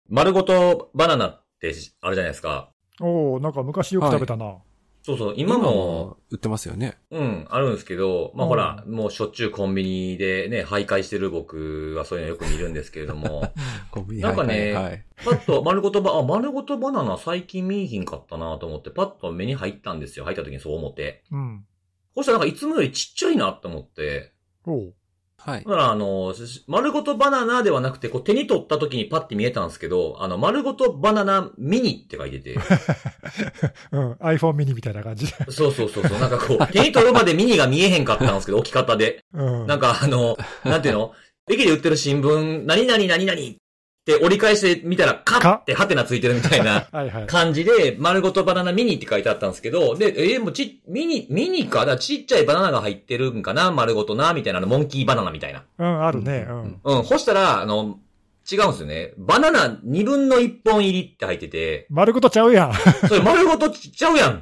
丸ごとバナナってあるじゃないですか。 おー、なんか昔よく食べたな。 そうそう、今も売ってますよね。 あるんですけど、まあほら、もうしょっちゅうコンビニでね、徘徊してる僕はそういうのよく見るんですけれども、 コンビニなんかね、 はい。 パッと丸ごとバナナ最近見えひんかったなと思って、パッと目に入ったんですよ。入った時にそう思って。そしたらなんかいつもよりちっちゃいなと思って。 はい。 だから丸ごとバナナではなくて、こう手に取った時にパッて見えたんですけど、丸ごとバナナミニって書いてて。 iPhone ミニみたいな感じ。 そう。なんかこう、手に取るまでミニが見えへんかったんですけど、置き方で。なんかなんていうの駅で売ってる新聞、何々って折り返してみたら、カッってハテナついてるみたいな感じで、丸ごとバナナミニって書いてあったんですけど、で、もうミニかだちっちゃいバナナが入ってるんかな丸ごとなみたいなモンキーバナナみたいな。 あるね。 そしたら、違うんですよね。バナナ2分の1本入りって入ってて。 丸ごとちゃうやん。 それ丸ごとちゃうやんって。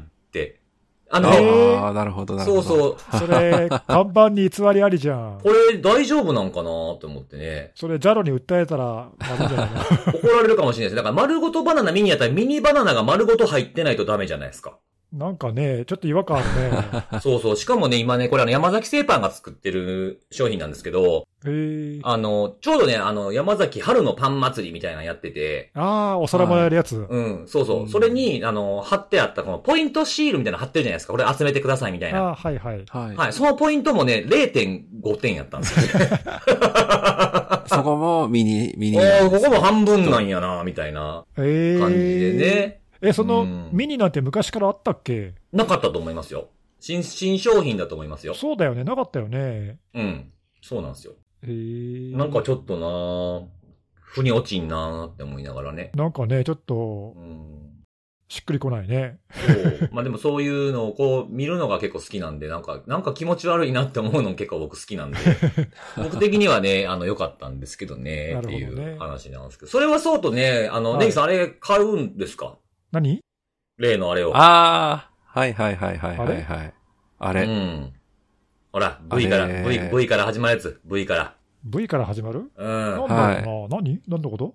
なるほど。 そう。 それ、看板に偽りありじゃん。 これ大丈夫なんかなと思ってね。 それ、ジャロに訴えたら、ダメじゃないの。 怒られるかもしれないです。だから丸ごとバナナミニやったらミニバナナが丸ごと入ってないとダメじゃないですか。 なんかね、ちょっと違和感あるね。 そう。しかもね、今ね、これ山崎製パンが作ってる商品なんですけど、ちょうどね、山崎春のパン祭りみたいなのやってて。 お皿もらえるやつ。 そう。それに、貼ってあったこのポイントシールみたいなの貼ってるじゃないですか。これ集めてくださいみたいな。 はい。 はい。そのポイントもね、0.5 点やったんですよね。 そこもミニ。 ここも半分なんやな、みたいな感じでね。 そのミニなんて昔からあったっけ？ なかったと思いますよ。新商品だと思いますよ。 そうだよね、なかったよね。 そうなんですよ。なんかちょっとな腑に落ちんなって思いながらね。 なんかね、ちょっと、しっくりこないね。 そう。まあでもそういうのをこう見るのが結構好きなんで、なんか気持ち悪いなって思うの結構僕好きなんで、僕的にはね、良かったんですけどね、っていう話なんですけど。それはそうとね、ネギさんあれ買うんですか？ 何？ 例のあれを。 はい。あれ。 ほら、V から始まるやつ。V から。 V から始まる？なんだろうな。何のこと？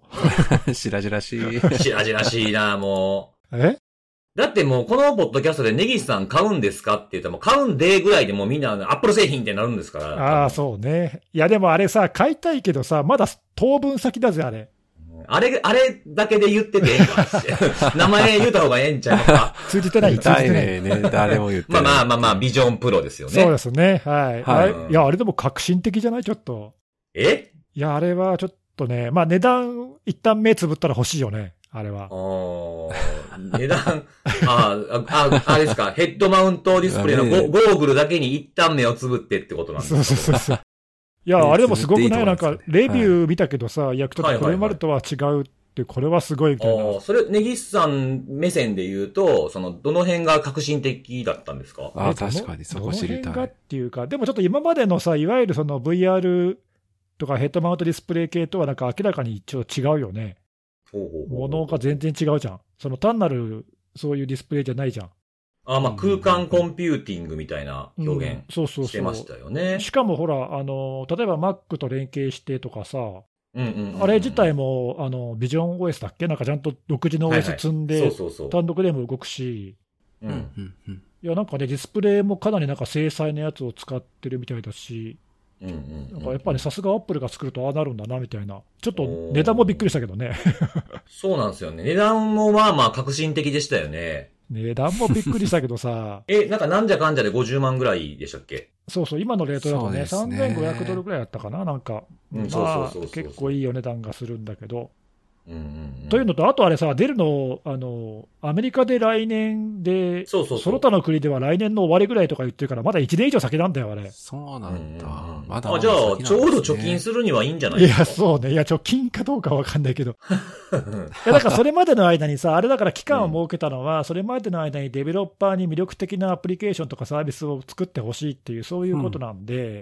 白々しい。 白々しいな、もう。 だってもうこのポッドキャストでネギスさん買うんですかって言ったらもう買うんでぐらいでもうみんなアップル製品ってなるんですから。 そうね。いやでもあれさ、買いたいけどさ、まだ当分先だぜ、あれ。 あれだけで言っててええんか名前言うた方がええんちゃうか通じてない。 ね。誰も言ってない。 まあ、ビジョンプロですよね。 そうですね。はい。いや、あれでも革新的じゃない？ちょっと。 いや、あれはちょっとね、まあ値段、一旦目つぶったら欲しいよね。あれは。 値段、あれですか、ヘッドマウントディスプレイのゴーグルだけに一旦目をつぶってってことなんですか？ そう。いや、あれでもすごくない？なんか、レビュー見たけどさ、いや、ちょっとこれまでとは違うって、これはすごいみたいな。 それ、ネギスさん目線で言うと、どの辺が革新的だったんですか？ 確かにそこ知りたい。 どの辺がっていうか、でもちょっと今までのさ、いわゆるその VR とかヘッドマウントディスプレイ系とはなんか明らかに一応違うよね。ものが全然違うじゃん。単なるそういうディスプレイじゃないじゃん。 まあ空間コンピューティングみたいな表現してましたよね。 しかもほら、例えば Mac と連携してとかさ、あれ自体もビジョン OS だっけ？なんかちゃんと独自の OS 積んで、単独でも動くし、いやなんかね、ディスプレイもかなりなんか精細なやつを使ってるみたいだし、なんかやっぱりさすがアップルが作るとああなるんだなみたいな、ちょっと値段もびっくりしたけどね。 そうなんですよね。値段もまあ革新的でしたよね。 値段もびっくりしたけどさ。 なんかなんじゃかんじゃで50万ぐらいでしたっけ？ そう、今のレートだとね、$3500ぐらいだったかな、なんか。結構いいお値段がするんだけど。というのと、あとあれさ、出るの、アメリカで来年で、その他の国では来年の終わりぐらいとか言ってるから、まだ1年以上先なんだよ、あれ。 そうなんだ。まだじゃあ、ちょうど貯金するにはいいんじゃないですか？ いや、そうね。いや、貯金かどうかわかんないけど。いや、だからそれまでの間にさ、あれだから期間を設けたのは、それまでの間にデベロッパーに魅力的なアプリケーションとかサービスを作ってほしいっていう、そういうことなんで、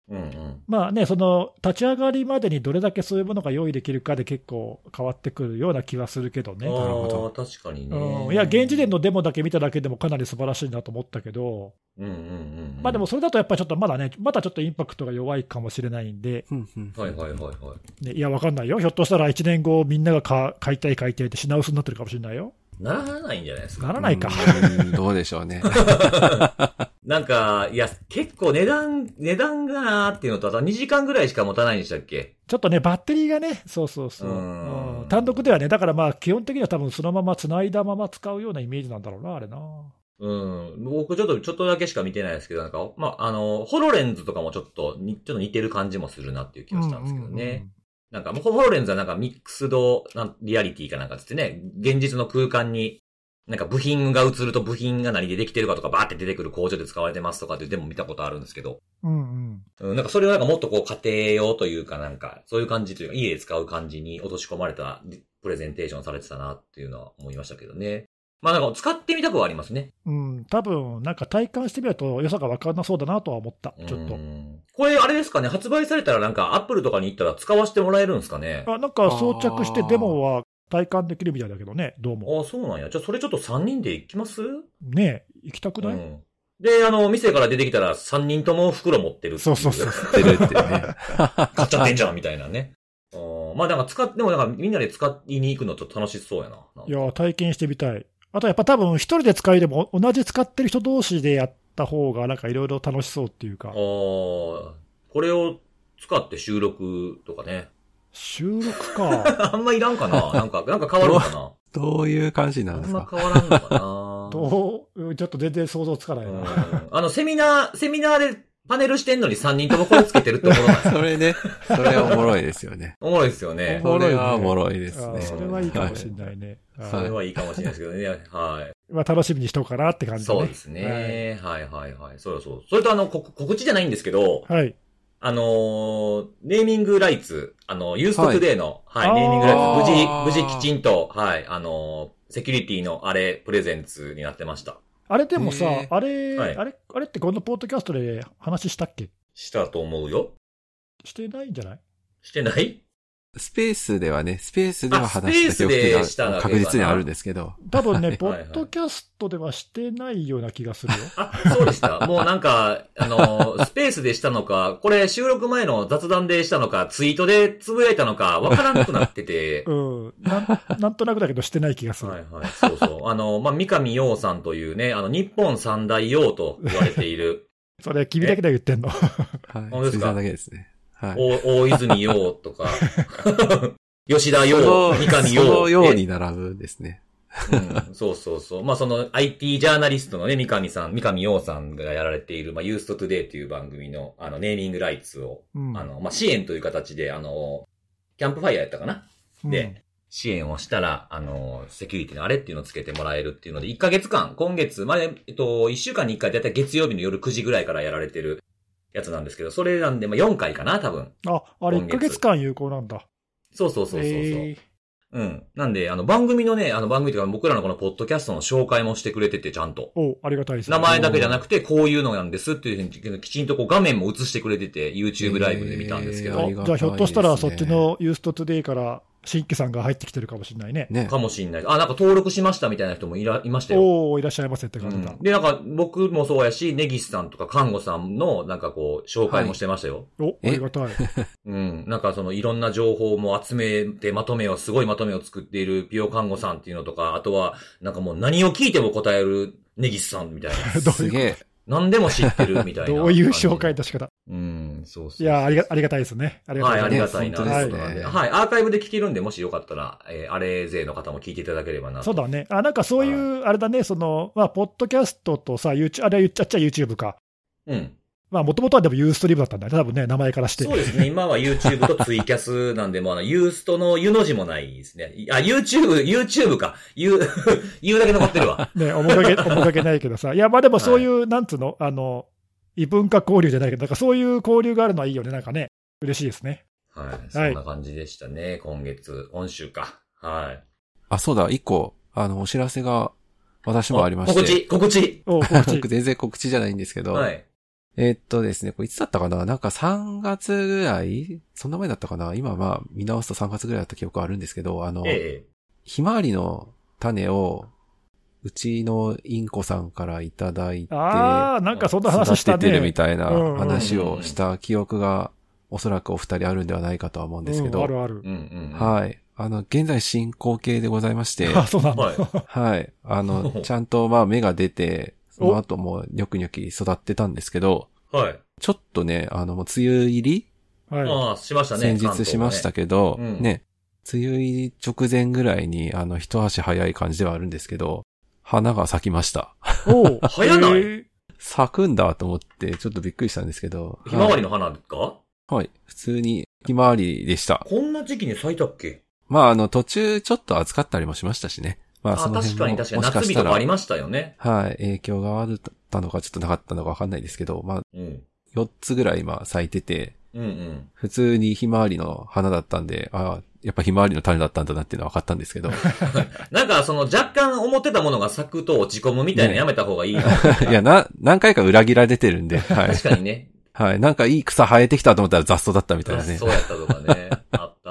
まあね、その立ち上がりまでにどれだけそういうものが用意できるかで結構変わってくるような気はするけどね。 なるほど。確かにね。 いや、現時点のデモだけ見ただけでもかなり素晴らしいなと思ったけど、まあでもそれだとやっぱりちょっとまだね、まだちょっとインパクトが弱いかもしれないんで、ね、いや、わかんないよ。ひょっとしたら1年後みんなが買いたいって品薄になってるかもしれないよ。 ならないんじゃないですか。 ならないか。 どうでしょうね。 なんか、いや、結構値段がなーっていうのと、あと2時間ぐらいしか持たないんでしたっけ？ ちょっとね、バッテリーがね、そう。単独ではね、だからまあ、基本的には多分そのまま繋いだまま使うようなイメージなんだろうな、あれな。 僕ちょっとだけしか見てないですけど、なんか、まあ、ホロレンズとかもちょっと似てる感じもするなっていう気がしたんですけどね。なんか、ホロレンズはなんかミックスドリアリティかなんかつってね、現実の空間に、なんか部品が映ると部品が何でできてるかとかバーって出てくる工場で使われてますとかってでも見たことあるんですけど。なんかそれをなんかもっとこう家庭用というかなんか、そういう感じというか家で使う感じに落とし込まれたプレゼンテーションされてたなっていうのは思いましたけどね。まあなんか使ってみたくはありますね。 多分なんか体感してみると良さが分かんなそうだなとは思った。ちょっと。 これあれですかね、発売されたらなんかアップルとかに行ったら使わせてもらえるんですかね。 なんか装着してデモは体感できるみたいだけどね、どうも。 そうなんや。じゃあそれちょっと3人で行きます？ ねえ、行きたくない？ で、店から出てきたら3人とも袋持ってるっていう。 そう。 ってるってね。 買っちゃってんじゃんみたいなね。まあなんかでもなんかみんなで使いに行くのと楽しそうやな。 いや、体験してみたい。あとやっぱ多分一人で使いでも同じ使ってる人同士でやった方がなんかいろいろ楽しそうっていうか。 これを使って収録とかね。 収録か。 あんまいらんかな。なんか変わるのかな。 どういう感じなんですか？ あんま変わらんのかな。 ちょっと全然想像つかないな。 セミナーでパネルしてんのに3人ともこれつけてるってことなんですそれね、それはおもろいですよね。 おもろいですよね。 それはおもろいですね。 それはいいかもしれないね。 それはいいかもしれないですけどね。はい。 まあ楽しみにしとこうかなって感じでね。 そうですね。はい。そう。それと告知じゃないんですけど、 はい。 ネーミングライツ、ユーストトゥデイの、ネーミングライツ、無事きちんと、セキュリティのあれ、プレゼンツになってました。 あれでもさ、あれってこのポッドキャストで話したっけ？ したと思うよ。 してないんじゃない？ してない？ スペースでは話した記憶が確実にあるんですけど。 多分ね、ポッドキャストではしてないような気がするよ。 そうでした。もうなんか、スペースでしたのか、これ収録前の雑談でしたのか、ツイートでつぶやいたのか、わからなくなってて。 なんとなくだけどしてない気がする。 そう。三上洋さんというね、日本三大洋と言われている。 それ君だけで言ってんの。 本当ですか？だけですね。 大泉洋とか、吉田洋、三上洋。 そのように並ぶんですね。 そう。まあ、その IT ジャーナリストのね、三上洋さんがやられている、ユーストトゥデイっていう番組の、ネーミングライツを、支援という形で、キャンプファイヤーやったかな、で、支援をしたら、セキュリティのあれっていうのをつけてもらえるっていうので、1ヶ月間、今月、1週間に1回だいたい月曜日の夜9時ぐらいからやられてるやつなんですけど、それなんで、4回かな、多分。 あれ1ヶ月間有効なんだ。 そう。なんで、番組のね、番組というか僕らのこのポッドキャストの紹介もしてくれてて、ちゃんと。 ありがたいですね。 名前だけじゃなくて、こういうのなんですっていうふうに、きちんとこう画面も映してくれてて、YouTube ライブで見たんですけど。 じゃあひょっとしたらそっちのユーストトゥデイから、新規さんが入ってきてるかもしれないね。 かもしれない。なんか登録しましたみたいな人もいましたよ。 いらっしゃいませって感じだ。 で、なんか僕もそうやし、ネギスさんとか看護さんのなんかこう、紹介もしてましたよ。 ありがたい。 なんかいろんな情報も集めてすごいまとめを作っているピオ看護さんっていうのとか、あとは、なんかもう何を聞いても答えるネギスさんみたいな。 すげえ。 何でも知ってるみたいな。 どういう紹介の仕方。 そう。 いや、ありがたいですね。ありがたいな。はい、アーカイブで聞けるんで、もしよかったら、あれ勢の方も聞いていただければな。 そうだね。なんかそういう、あれだね、ポッドキャストとさ、あれは言っちゃ YouTube か。もともとはでもユーストリームだったんだね。多分ね、名前からして。 そうですね。今は YouTube とツイキャスなんで、ユーストの湯の字もないですね。YouTube か。言うだけ残ってるわ。 ね、面影ないけどさ。いや、でもそういう、なんつうの、異文化交流じゃないけど、なんかそういう交流があるのはいいよね。なんかね、嬉しいですね。 そんな感じでしたね。今週か。 そうだ、一個、お知らせが、私もありまして。 告知僕全然告知じゃないんですけど。 ですね、これいつだったかな、なんか3月ぐらいそんな前だったかな、今まあ見直すと3月ぐらいだった記憶あるんですけど、ひまわりの種を、うちのインコさんからいただいて、 なんかそんな話したね。 育ててるみたいな話をした記憶が、おそらくお二人あるんではないかとは思うんですけど。 あるある。 はい。現在進行形でございまして。 そうなんだ。 はい。ちゃんとまあ芽が出て、その後もニョキニョキ育ってたんですけど、 はい。 ちょっとね、もう梅雨入りはい。しましたね。 先日しましたけど、ね、梅雨入り直前ぐらいに、一足早い感じではあるんですけど、花が咲きました。 早ない？ 咲くんだと思って、ちょっとびっくりしたんですけど。 ひまわりの花か？ はい。普通にひまわりでした。 こんな時期に咲いたっけ？ まあ、途中ちょっと暑かったりもしましたしね。まあ、その辺も確かに夏日とかありましたよね。 はい。影響があったのかちょっとなかったのかわかんないですけど、まあ、4つぐらい今咲いてて、普通にひまわりの花だったんで、やっぱひまわりの種だったんだなっていうのは分かったんですけど。 なんか若干思ってたものが咲くと落ち込むみたいなのやめた方がいい、ね。 いや、何回か裏切られてるんで。はい。 確かにね。 はい。なんかいい草生えてきたと思ったら雑草だったみたいなね。 そうやったとかね。あった。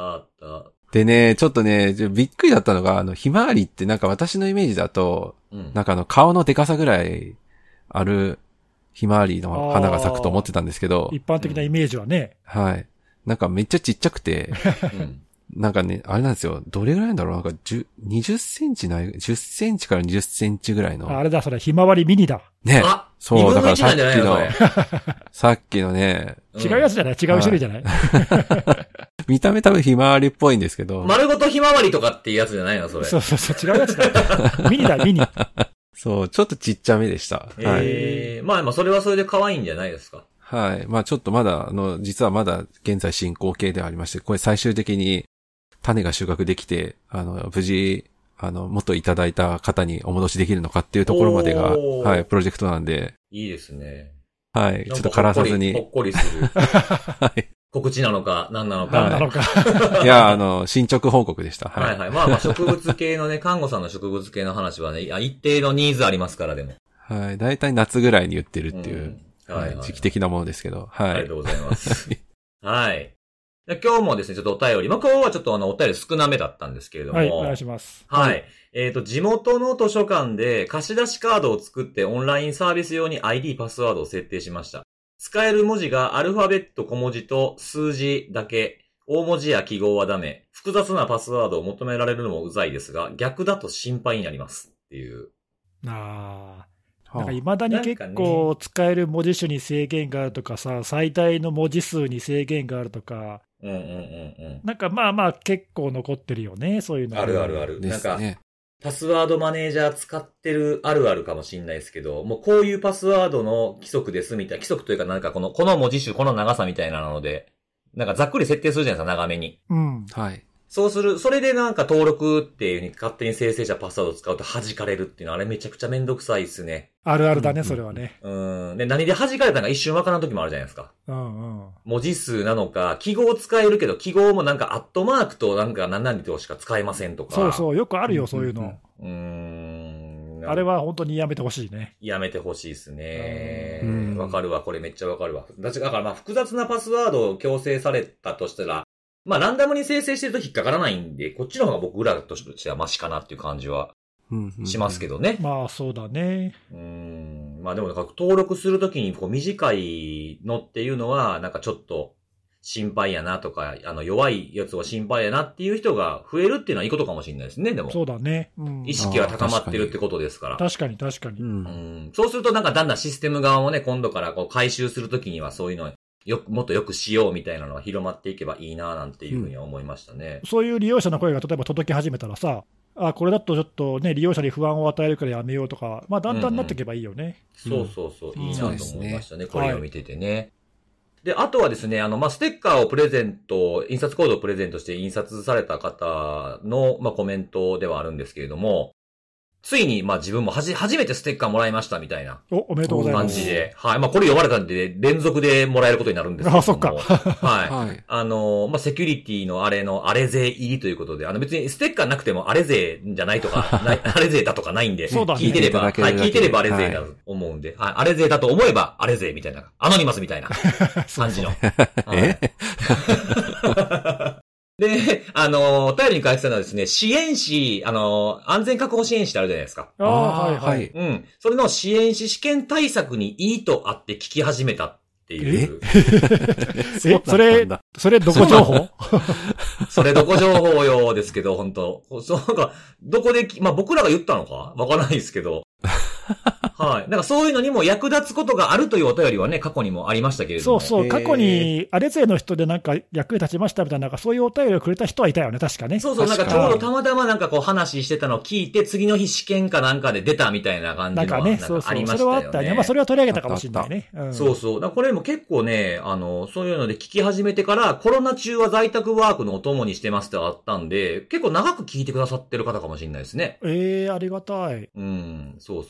でね、ちょっとね、びっくりだったのが、ひまわりってなんか私のイメージだと、なんか顔のデカさぐらいあるひまわりの花が咲くと思ってたんですけど。 一般的なイメージはね。 はい。なんかめっちゃちっちゃくて、なんかね、あれなんですよ。どれぐらいなんだろう、なんか20センチない、10センチから20センチぐらいの。 あれだ、それ、ひまわりミニだ。 ね。そう、だからさっきのね。 違うやつじゃない？違う種類じゃない？ 見た目多分ひまわりっぽいんですけど。 丸ごとひまわりとかっていうやつじゃないのそれ。 そう、違うやつだ。ミニだ、ミニ。 そう、ちょっとちっちゃめでした。 まあそれはそれで可愛いんじゃないですか。 はい。まあちょっとまだ、実はまだ現在進行形ではありまして、これ最終的に種が収穫できて、無事、元いただいた方にお戻しできるのかっていうところまでが、はい、プロジェクトなんで。 いいですね。 はい。ちょっと枯らさずに。 ほっこりする。はい。告知なのか、何なのか。 いや、進捗報告でした。 はい。はい。まあ植物系のね、看護さんの植物系の話はね、一定のニーズありますからでも。 はい。だいたい夏ぐらいに言ってるっていう、時期的なものですけど。はい。 ありがとうございます。はい。今日もですね、ちょっとお便り。まあ、今日はちょっとお便り少なめだったんですけれども。 はい、お願いします。 はい。地元の図書館で貸し出しカードを作ってオンラインサービス用に ID パスワードを設定しました。使える文字がアルファベット小文字と数字だけ。大文字や記号はダメ。複雑なパスワードを求められるのもうざいですが、逆だと心配になります。っていう。 なんか未だに結構使える文字種に制限があるとかさ、最大の文字数に制限があるとか、なんかまあ結構残ってるよね、そういうの。 ある。なんか、パスワードマネージャー使ってるあるあるかもしれないですけど、もうこういうパスワードの規則ですみたいな、規則というかなんかこの文字種、この長さみたいなので、なんかざっくり設定するじゃないですか、長めに。 はい。 それでなんか登録っていう風に勝手に生成したパスワードを使うと弾かれるっていうのはあれめちゃくちゃめんどくさいですね。 あるあるだね、それはね。 で、何で弾かれたのか一瞬わからん時もあるじゃないですか。文字数なのか、記号使えるけど、記号もなんかアットマークとなんか何々としか使えませんとか。 そう、よくあるよ、そういうの。あれは本当にやめてほしいね。 やめてほしいですね。わかるわ、これめっちゃわかるわ。だからまあ複雑なパスワードを強制されたとしたら、まあランダムに生成してると引っかからないんで、こっちの方が僕らとしてはマシかなっていう感じはしますけどね。 まあそうだね。 まあでもなんか登録するときにこう短いのっていうのはなんかちょっと心配やなとか、弱いやつは心配やなっていう人が増えるっていうのはいいことかもしれないですね、でも。 そうだね。 意識が高まってるってことですから。 確かに。 そうするとなんかだんだんシステム側もね、今度からこう回収するときにはそういうのもっとよくしようみたいなのが広まっていけばいいななんていうふうには思いましたね。 そういう利用者の声が例えば届き始めたらさ、これだとちょっとね、利用者に不安を与えるからやめようとか、まあだんだんなっていけばいいよね。 そう、いいなと思いましたね、これを見ててね。で、あとはですね、まあ、ステッカーをプレゼント、印刷コードをプレゼントして印刷された方の、まあ、コメントではあるんですけれども、 ついに、まあ自分も初めてステッカーもらいましたみたいな。 おめでとうございます。 感じで。はい。まあこれ読まれたんで、連続でもらえることになるんですけども。 あ、そっか。 はい。まあセキュリティのあれ税入りということで、別にステッカーなくてもあれ税じゃないとか、あれ税だとかないんで、 そうだね。 聞いてればあれ税だと思うんで、はい。あれ税だと思えばあれ税みたいな、アノニマスみたいな感じの。で、お便りに書いてたのはですね、支援士、安全確保支援士ってあるじゃないですか。 はい。 うん。それの支援士試験対策にいいとあって聞き始めたっていう。 それどこ情報それどこ情報よですけど、本当そうか、どこで、まあ僕らが言ったのかわからないですけど。はい。なんかそういうのにも役立つことがあるというお便りはね、過去にもありましたけれども。 そう、過去に、あれ勢の人でなんか役に立ちましたみたいな、なんかそういうお便りをくれた人はいたよね、確かね。 そう、なんかちょうどたまたまなんかこう話してたのを聞いて、次の日試験かなんかで出たみたいな感じのなんかね、そう、それはあったね。まあそれは取り上げたかもしれないね。 そう。これも結構ね、そういうので聞き始めてから、コロナ中は在宅ワークのお供にしてますってあったんで、結構長く聞いてくださってる方かもしれないですね。 ありがたい。 そう。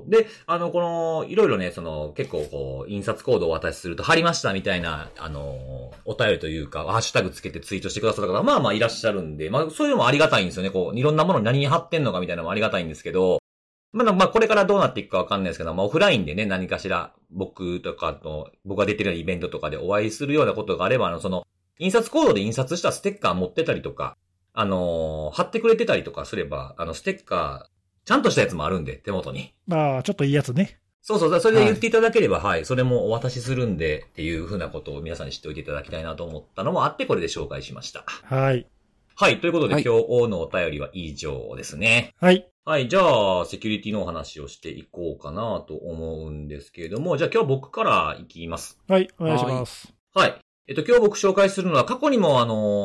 で、いろいろね、結構こう、印刷コードをお渡しすると貼りましたみたいな、お便りというか、ハッシュタグつけてツイートしてくださった方、まあいらっしゃるんで、まあそういうのもありがたいんですよね。こう、いろんなものに何に貼ってんのかみたいなのもありがたいんですけど、まあこれからどうなっていくかわかんないですけど、まあオフラインでね、何かしら、僕が出てるようなイベントとかでお会いするようなことがあれば、印刷コードで印刷したステッカー持ってたりとか、貼ってくれてたりとかすれば、ステッカー、ちゃんとしたやつもあるんで、手元に。 まあ、ちょっといいやつね。 そう、それで言っていただければ、はい、それもお渡しするんで、っていうふうなことを皆さんに知っておいていただきたいなと思ったのもあって、これで紹介しました。 はい。 はい、ということで、今日のお便りは以上ですね。 はい。 はい、じゃあ、セキュリティのお話をしていこうかなと思うんですけれども、じゃあ今日僕からいきます。 はい、お願いします。 はい。今日僕紹介するのは、過去にも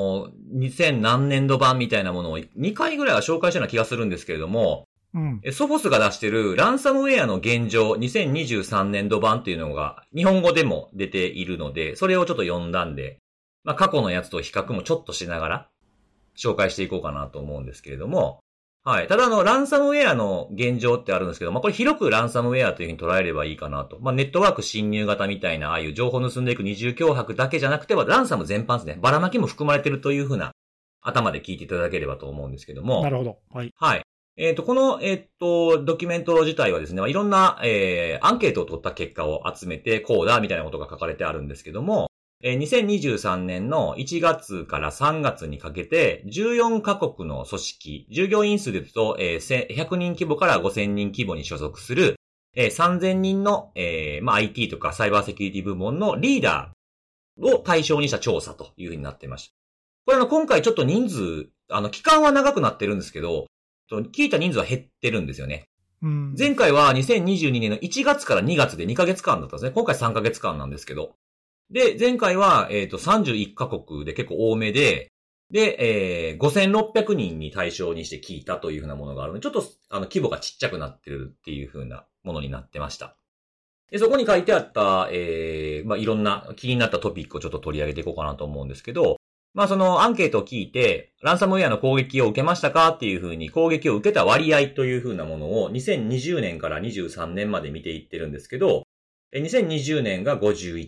2000何年度版みたいなものを2回ぐらいは紹介したような気がするんですけれども、ソフォスが出してるランサムウェアの現状2023年度版っていうのが日本語でも出ているので、それをちょっと読んだんで、まあ過去のやつと比較もちょっとしながら紹介していこうかなと思うんですけれども、はい。ただランサムウェアの現状ってあるんですけど、まあこれ広くランサムウェアというふうに捉えればいいかなと。まあネットワーク侵入型みたいな、ああいう情報を盗んでいく二重脅迫だけじゃなくては、ランサム全般ですね。ばらまきも含まれてるというふうな頭で聞いていただければと思うんですけども。 なるほど。はい。 はい。この、ドキュメント自体はですね、いろんな、アンケートを取った結果を集めて、こうだ、みたいなことが書かれてあるんですけども、2023年の1月から3月にかけて、14カ国の組織、従業員数で言うと、100人規模から5000人規模に所属する、3000人の、まあ、IT とかサイバーセキュリティ部門のリーダーを対象にした調査というふうになってました。これ今回ちょっと人数、期間は長くなってるんですけど、聞いた人数は減ってるんですよね。前回は2022年の1月から2月で2ヶ月間だったんですね。今回3ヶ月間なんですけど。で、前回は、31カ国で結構多めで、で、5600人に対象にして聞いたというふうなものがあるので、ちょっと、規模がちっちゃくなってるっていうふうなものになってました。で、そこに書いてあった、まあ、いろんな気になったトピックをちょっと取り上げていこうかなと思うんですけど、まあそのアンケートを聞いて、ランサムウェアの攻撃を受けましたかっていうふうに攻撃を受けた割合というふうなものを2020年から23年まで見ていってるんですけど、2020年が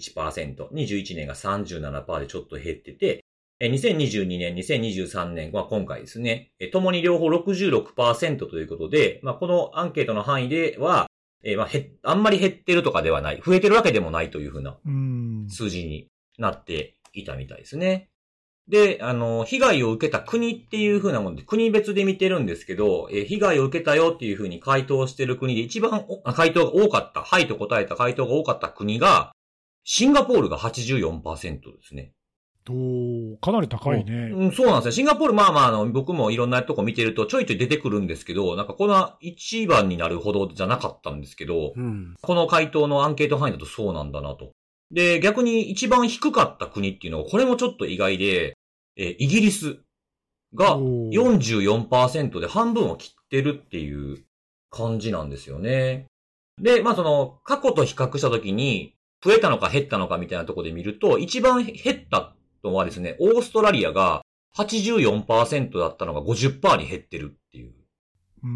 51%、21年が 37% でちょっと減ってて、2022年、2023年は今回ですね、ともに両方 66% ということで、まあこのアンケートの範囲では、まああんまり減ってるとかではない、増えてるわけでもないというふうな数字になっていたみたいですね。で、被害を受けた国っていう風なもので、国別で見てるんですけど、被害を受けたよっていう風に回答してる国で一番回答が多かった、はいと答えた回答が多かった国が、シンガポールが 84% ですね。 かなり高いね。 そうなんですよ。シンガポール、まあまあ、僕もいろんなとこ見てるとちょいちょい出てくるんですけど、なんかこの一番になるほどじゃなかったんですけど、この回答のアンケート範囲だとそうなんだなと。で、逆に一番低かった国っていうのは、これもちょっと意外で、イギリスが 44% で半分を切ってるっていう感じなんですよね。で、まあ過去と比較したときに、増えたのか減ったのかみたいなところで見ると、一番減ったのはですね、オーストラリアが 84% だったのが 50% に減ってるっていう。 うん。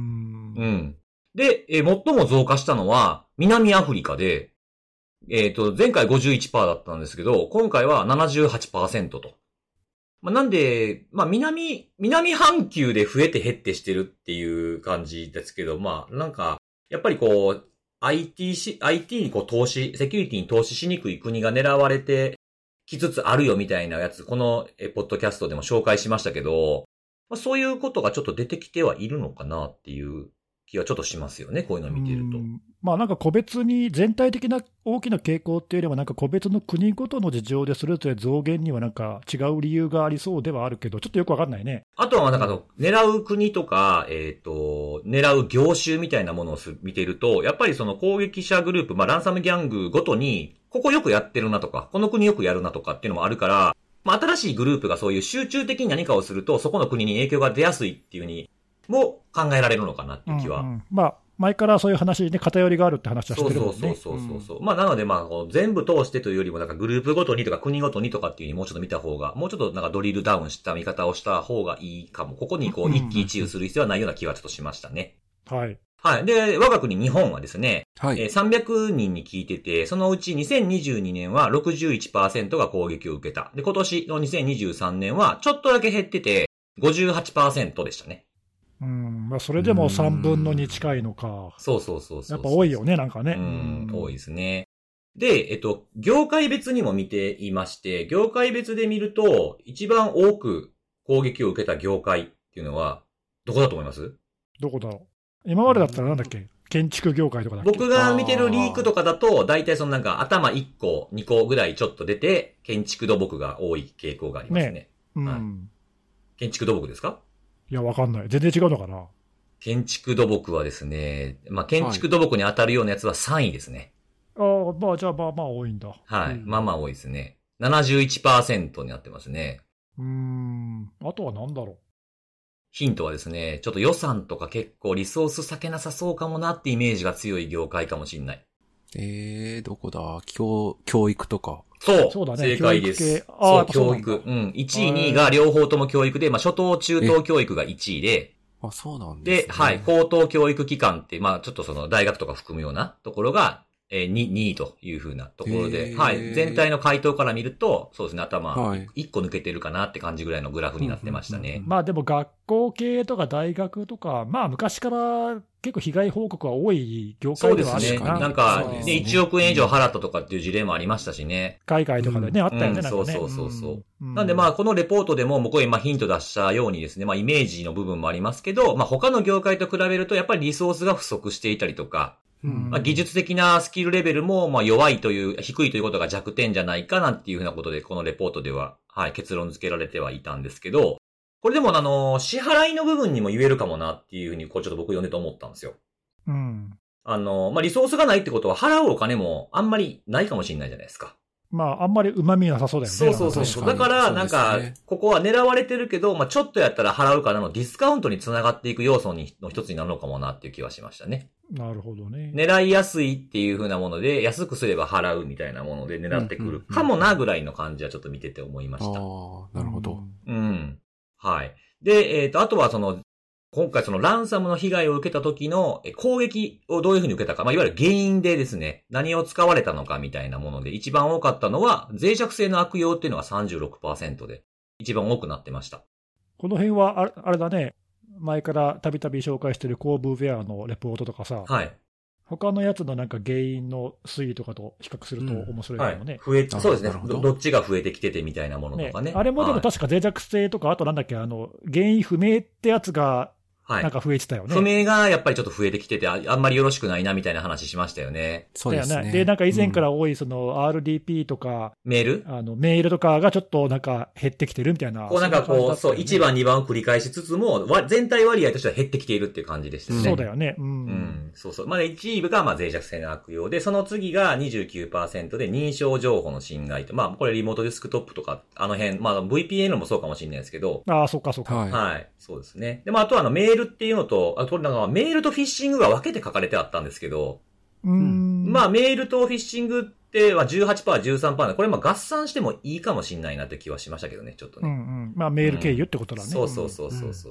で、最も増加したのは、南アフリカで、前回 51% だったんですけど、今回は 78% と。なんで、南半球で増えて減ってしてるっていう感じですけど、なんか、やっぱりこう、IT にこう投資、セキュリティに投資しにくい国が狙われてきつつあるよみたいなやつ、このポッドキャストでも紹介しましたけど、そういうことがちょっと出てきてはいるのかなっていう気はちょっとしますよね、こういうのを見てると。 なんか個別に全体的な大きな傾向っていうよりは、なんか個別の国ごとの事情でそれぞれ増減にはなんか違う理由がありそうではあるけど、ちょっとよくわかんないね。 あとはなんか狙う国とか、狙う業種みたいなものを見てると、やっぱりその攻撃者グループ、ランサムギャングごとに、ここよくやってるなとか、この国よくやるなとかっていうのもあるから、新しいグループがそういう集中的に何かをすると、そこの国に影響が出やすいっていうふうにも考えられるのかなっていう気は。 前からそういう話に偏りがあるって話はしてるもんね。 そう。なので全部通してというよりも、なんかグループごとにとか国ごとにとかっていう風にもうちょっと見た方が、もうちょっとなんかドリルダウンした見方をした方がいいかも。ここにこう一喜一憂する必要はないような気はちょっとしましたね。 はい。 はい。で、我が国日本はですね、はい300人に聞いてて、そのうち2022年は 61% が攻撃を受けた。で、今年の2023年はちょっとだけ減ってて 58% でしたね。 それでも3分の2近いのか。 そう。 やっぱ多いよね、なんかね。 多いですね。で、業界別にも見ていまして、業界別で見ると、一番多く攻撃を受けた業界っていうのは、どこだと思います？ どこだろう。今までだったらなんだっけ？建築業界とかだっけ？ 僕が見てるリークとかだと、大体そのなんか頭1個、2個ぐらいちょっと出て、建築土木が多い傾向がありますね。建築土木ですか？ いや、わかんない。全然違うのかな。 建築土木はですね、建築土木に当たるようなやつは3位ですね。 じゃあ多いんだ。 はい。多いですね。71% になってますね。 あとは何だろう。 ヒントはですね、ちょっと予算とか結構リソース割けなさそうかもなってイメージが強い業界かもしれない。 どこだ？教育とか。 そうだね。正解です。教育。1位、2位が両方とも教育で、初等、中等教育が1位で、 そうなんですね。 で、高等教育機関って、ちょっとその大学とか含むようなところが、2位という風なところで、全体の回答から見ると、そうですね、頭、1個抜けてるかなって感じぐらいのグラフになってましたね。 でも学校系とか大学とか、昔から結構被害報告は多い業界ではあるかな。そうですね。 なんか、1億円以上払ったとかっていう事例もありましたしね。 海外とかでね、あったよね、なんかね。 そう。なんでこのレポートでも、これヒント出したようにですね、イメージの部分もありますけど、他の業界と比べると、やっぱりリソースが不足していたりとか、技術的なスキルレベルも弱いという、低いということが弱点じゃないかなんていうふうなことで、このレポートでは、結論付けられてはいたんですけど、これでも支払いの部分にも言えるかもなっていうふうに、ちょっと僕読んでて思ったんですよ。リソースがないってことは払うお金もあんまりないかもしれないじゃないですか。 あんまり旨味なさそうだよね。 そう。だから、なんか、ここは狙われてるけど、ちょっとやったら払うからのディスカウントにつながっていく要素の一つになるのかもなっていう気はしましたね。 なるほどね。 狙いやすいっていう風なもので、安くすれば払うみたいなもので狙ってくるかもなぐらいの感じはちょっと見てて思いました。 なるほど。 はい。で、あとは今回ランサムの被害を受けた時の攻撃をどういうふうに受けたか、いわゆる原因でですね、何を使われたのかみたいなもので、一番多かったのは、脆弱性の悪用っていうのが 36% で、一番多くなってました。 この辺は、あれだね、前からたびたび紹介しているコーブウェアのレポートとかさ、他のやつのなんか原因の推移とかと比較すると面白いかもね。 そうですね。どっちが増えてきててみたいなものとかね。 あれもでも確か脆弱性とか、あとなんだっけ、原因不明ってやつが、なんか増えてたよね。 不明がやっぱりちょっと増えてきてて、あんまりよろしくないなみたいな話しましたよね。 そうですね。 で、なんか以前から多いRDP とか、 メールメールとかがちょっとなんか減ってきてるみたいな。 そう、1番、2番を繰り返しつつも、全体割合としては減ってきているっていう感じでしたね。 そうだよね。 そう。1位が脆弱性の悪用で、その次が 29% で認証情報の侵害と。これリモートデスクトップとか、あの辺、VPN もそうかもしれないですけど。 そっか。 はい。そうですね。で、あとはメールっていうのと、これなんかメールとフィッシングが分けて書かれてあったんですけど、メールとフィッシングっては 18%、13% で、これ合算してもいいかもしれないなって気はしましたけどね、ちょっとね。 メール経由ってことだね。 そう。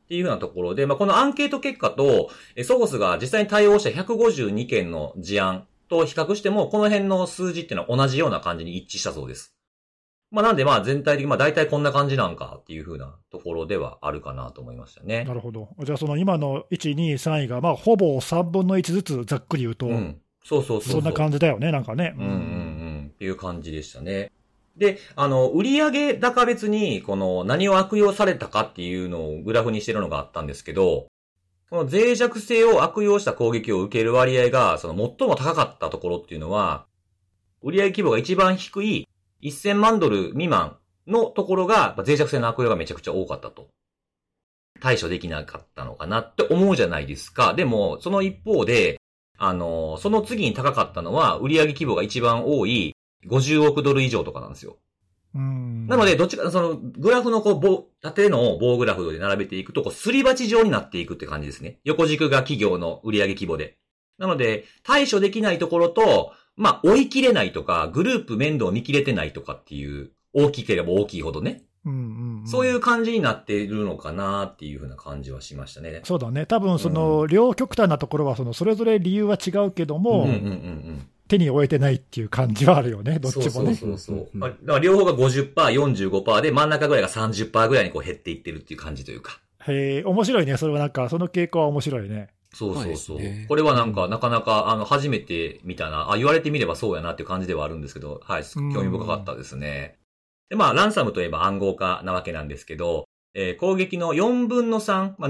っていうようなところで、このアンケート結果と、ソゴスが実際に対応した152件の事案と比較しても、この辺の数字っていうのは同じような感じに一致したそうです。なんで全体的に大体こんな感じなんかっていう風なところではあるかなと思いましたね。 なるほど。じゃあその今の1、2、3位がほぼ3分の1ずつざっくり言うと、 そう。 そんな感じだよね、なんかね。 っていう感じでしたね。で、売上高別に、この何を悪用されたかっていうのをグラフにしてるのがあったんですけど、この脆弱性を悪用した攻撃を受ける割合が、最も高かったところっていうのは、売上規模が一番低い$1000万未満のところが、脆弱性の悪用がめちゃくちゃ多かったと。対処できなかったのかなって思うじゃないですか。でも、その一方で、その次に高かったのは、売上規模が一番多い$50億以上とかなんですよ。なので、どっちか、その、グラフの縦の棒グラフで並べていくと、すり鉢状になっていくって感じですね。横軸が企業の売上規模で。なので、対処できないところと、追い切れないとか、グループ面倒見切れてないとかっていう、大きければ大きいほどね。そういう感じになっているのかなっていうふうな感じはしましたね。 そうだね。多分、両極端なところは、それぞれ理由は違うけども、手に負えてないっていう感じはあるよね、どっちもね。 そう。だから両方が 50%、45% で、真ん中ぐらいが 30% ぐらいに減っていってるっていう感じというか。 へえ、面白いね。それはなんか、その傾向は面白いね。 そう。これはなんか、なかなか、初めて見たな。言われてみればそうやなっていう感じではあるんですけど、はい、興味深かったですね。で、ランサムといえば暗号化なわけなんですけど、攻撃の4分の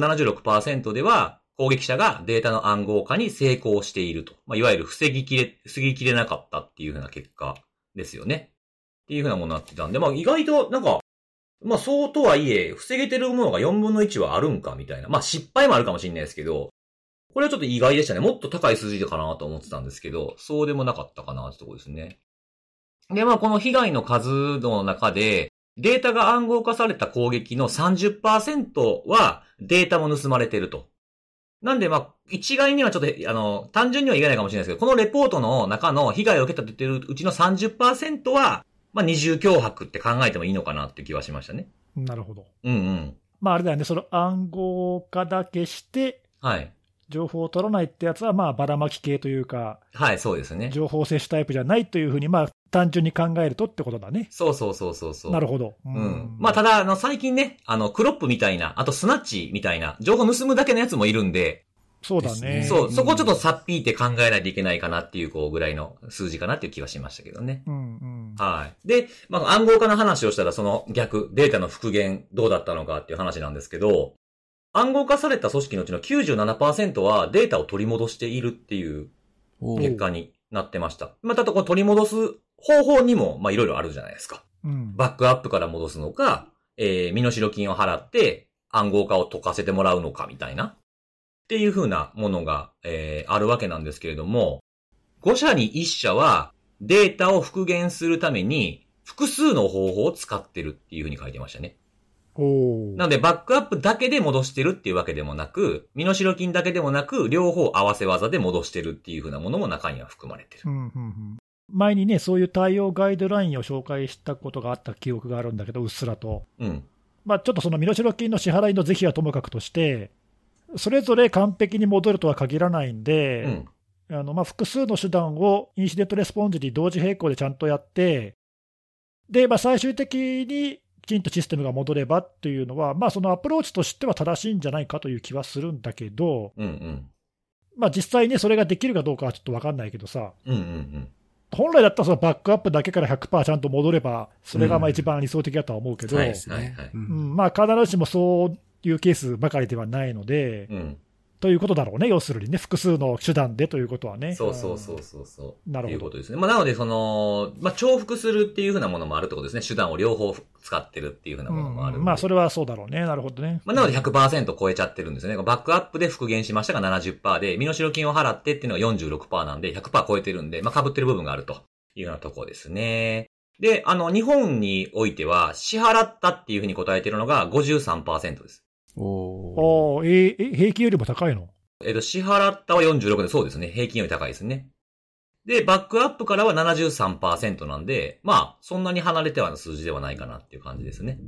3、76% では、攻撃者がデータの暗号化に成功していると。いわゆる防ぎきれなかったっていうふうな結果ですよね。っていうふうなものになってたんで、意外と、なんか、そうとはいえ、防げてるものが4分の1はあるんかみたいな。失敗もあるかもしれないですけど、これはちょっと意外でしたね。もっと高い数字かなと思ってたんですけど、そうでもなかったかなってところですね。で、この被害の数の中で、データが暗号化された攻撃の 30% はデータも盗まれてると。なんで、一概にはちょっと、単純には言えないかもしれないですけど、このレポートの中の被害を受けたと言ってるうちの 30% は、二重脅迫って考えてもいいのかなって気はしましたね。 なるほど。 あれだよね、その暗号化だけして、 はい。 情報を取らないってやつは、ばらまき系というか、 はい、そうですね。 情報摂取タイプじゃないというふうに、単純に考えるとってことだね。 そう。 なるほど。 ただ、最近ね、クロップみたいな、あとスナッチみたいな、情報盗むだけのやつもいるんで、 そうだね。 そこをちょっとさっぴいて考えないといけないかなっていう、ぐらいの数字かなっていう気はしましたけどね。はい。で、暗号化の話をしたら、その逆、データの復元どうだったのかっていう話なんですけど、暗号化された組織のうちの 97% はデータを取り戻しているっていう結果になってました。ただこれ取り戻す方法にも、いろいろあるじゃないですか。バックアップから戻すのか、身代金を払って暗号化を解かせてもらうのかみたいな。っていう風なものが、あるわけなんですけれども、5社に1社はデータを復元するために複数の方法を使ってるっていう風に書いてましたね。なので、バックアップだけで戻してるっていうわけでもなく、身代金だけでもなく、両方合わせ技で戻してるっていう風なものも中には含まれてる。 前にね、そういう対応ガイドラインを紹介したことがあった記憶があるんだけど、うっすらと。ちょっとその身代金の支払いの是非はともかくとして、それぞれ完璧に戻るとは限らないんで、複数の手段をインシデントレスポンスに同時並行でちゃんとやって、で、最終的にきちんとシステムが戻ればっていうのは、そのアプローチとしては正しいんじゃないかという気はするんだけど、実際ね、それができるかどうかはちょっと分かんないけどさ、本来だったらそのバックアップだけから 100% ちゃんと戻れば、それが一番理想的だとは思うけど、必ずしもそういうケースばかりではないので、ということだろうね、要するにね、複数の手段でということはね。 そう。なるほど。ということですね。なので、重複するっていうふうなものもあるってことですね。手段を両方使ってるっていうふうなものもある。 それはそうだろうね。なるほどね。 なので 100% 超えちゃってるんですよね。バックアップで復元しましたが 70% で、身代金を払ってっていうのが 46% なんで、100% 超えてるんで、被ってる部分があるというようなところですね。で、日本においては、支払ったっていうふうに答えてるのが 53% です。 平均よりも高いの？ 支払ったは46で、そうですね。平均より高いですね。で、バックアップからは 73% なんで、そんなに離れてはの数字ではないかなっていう感じですね。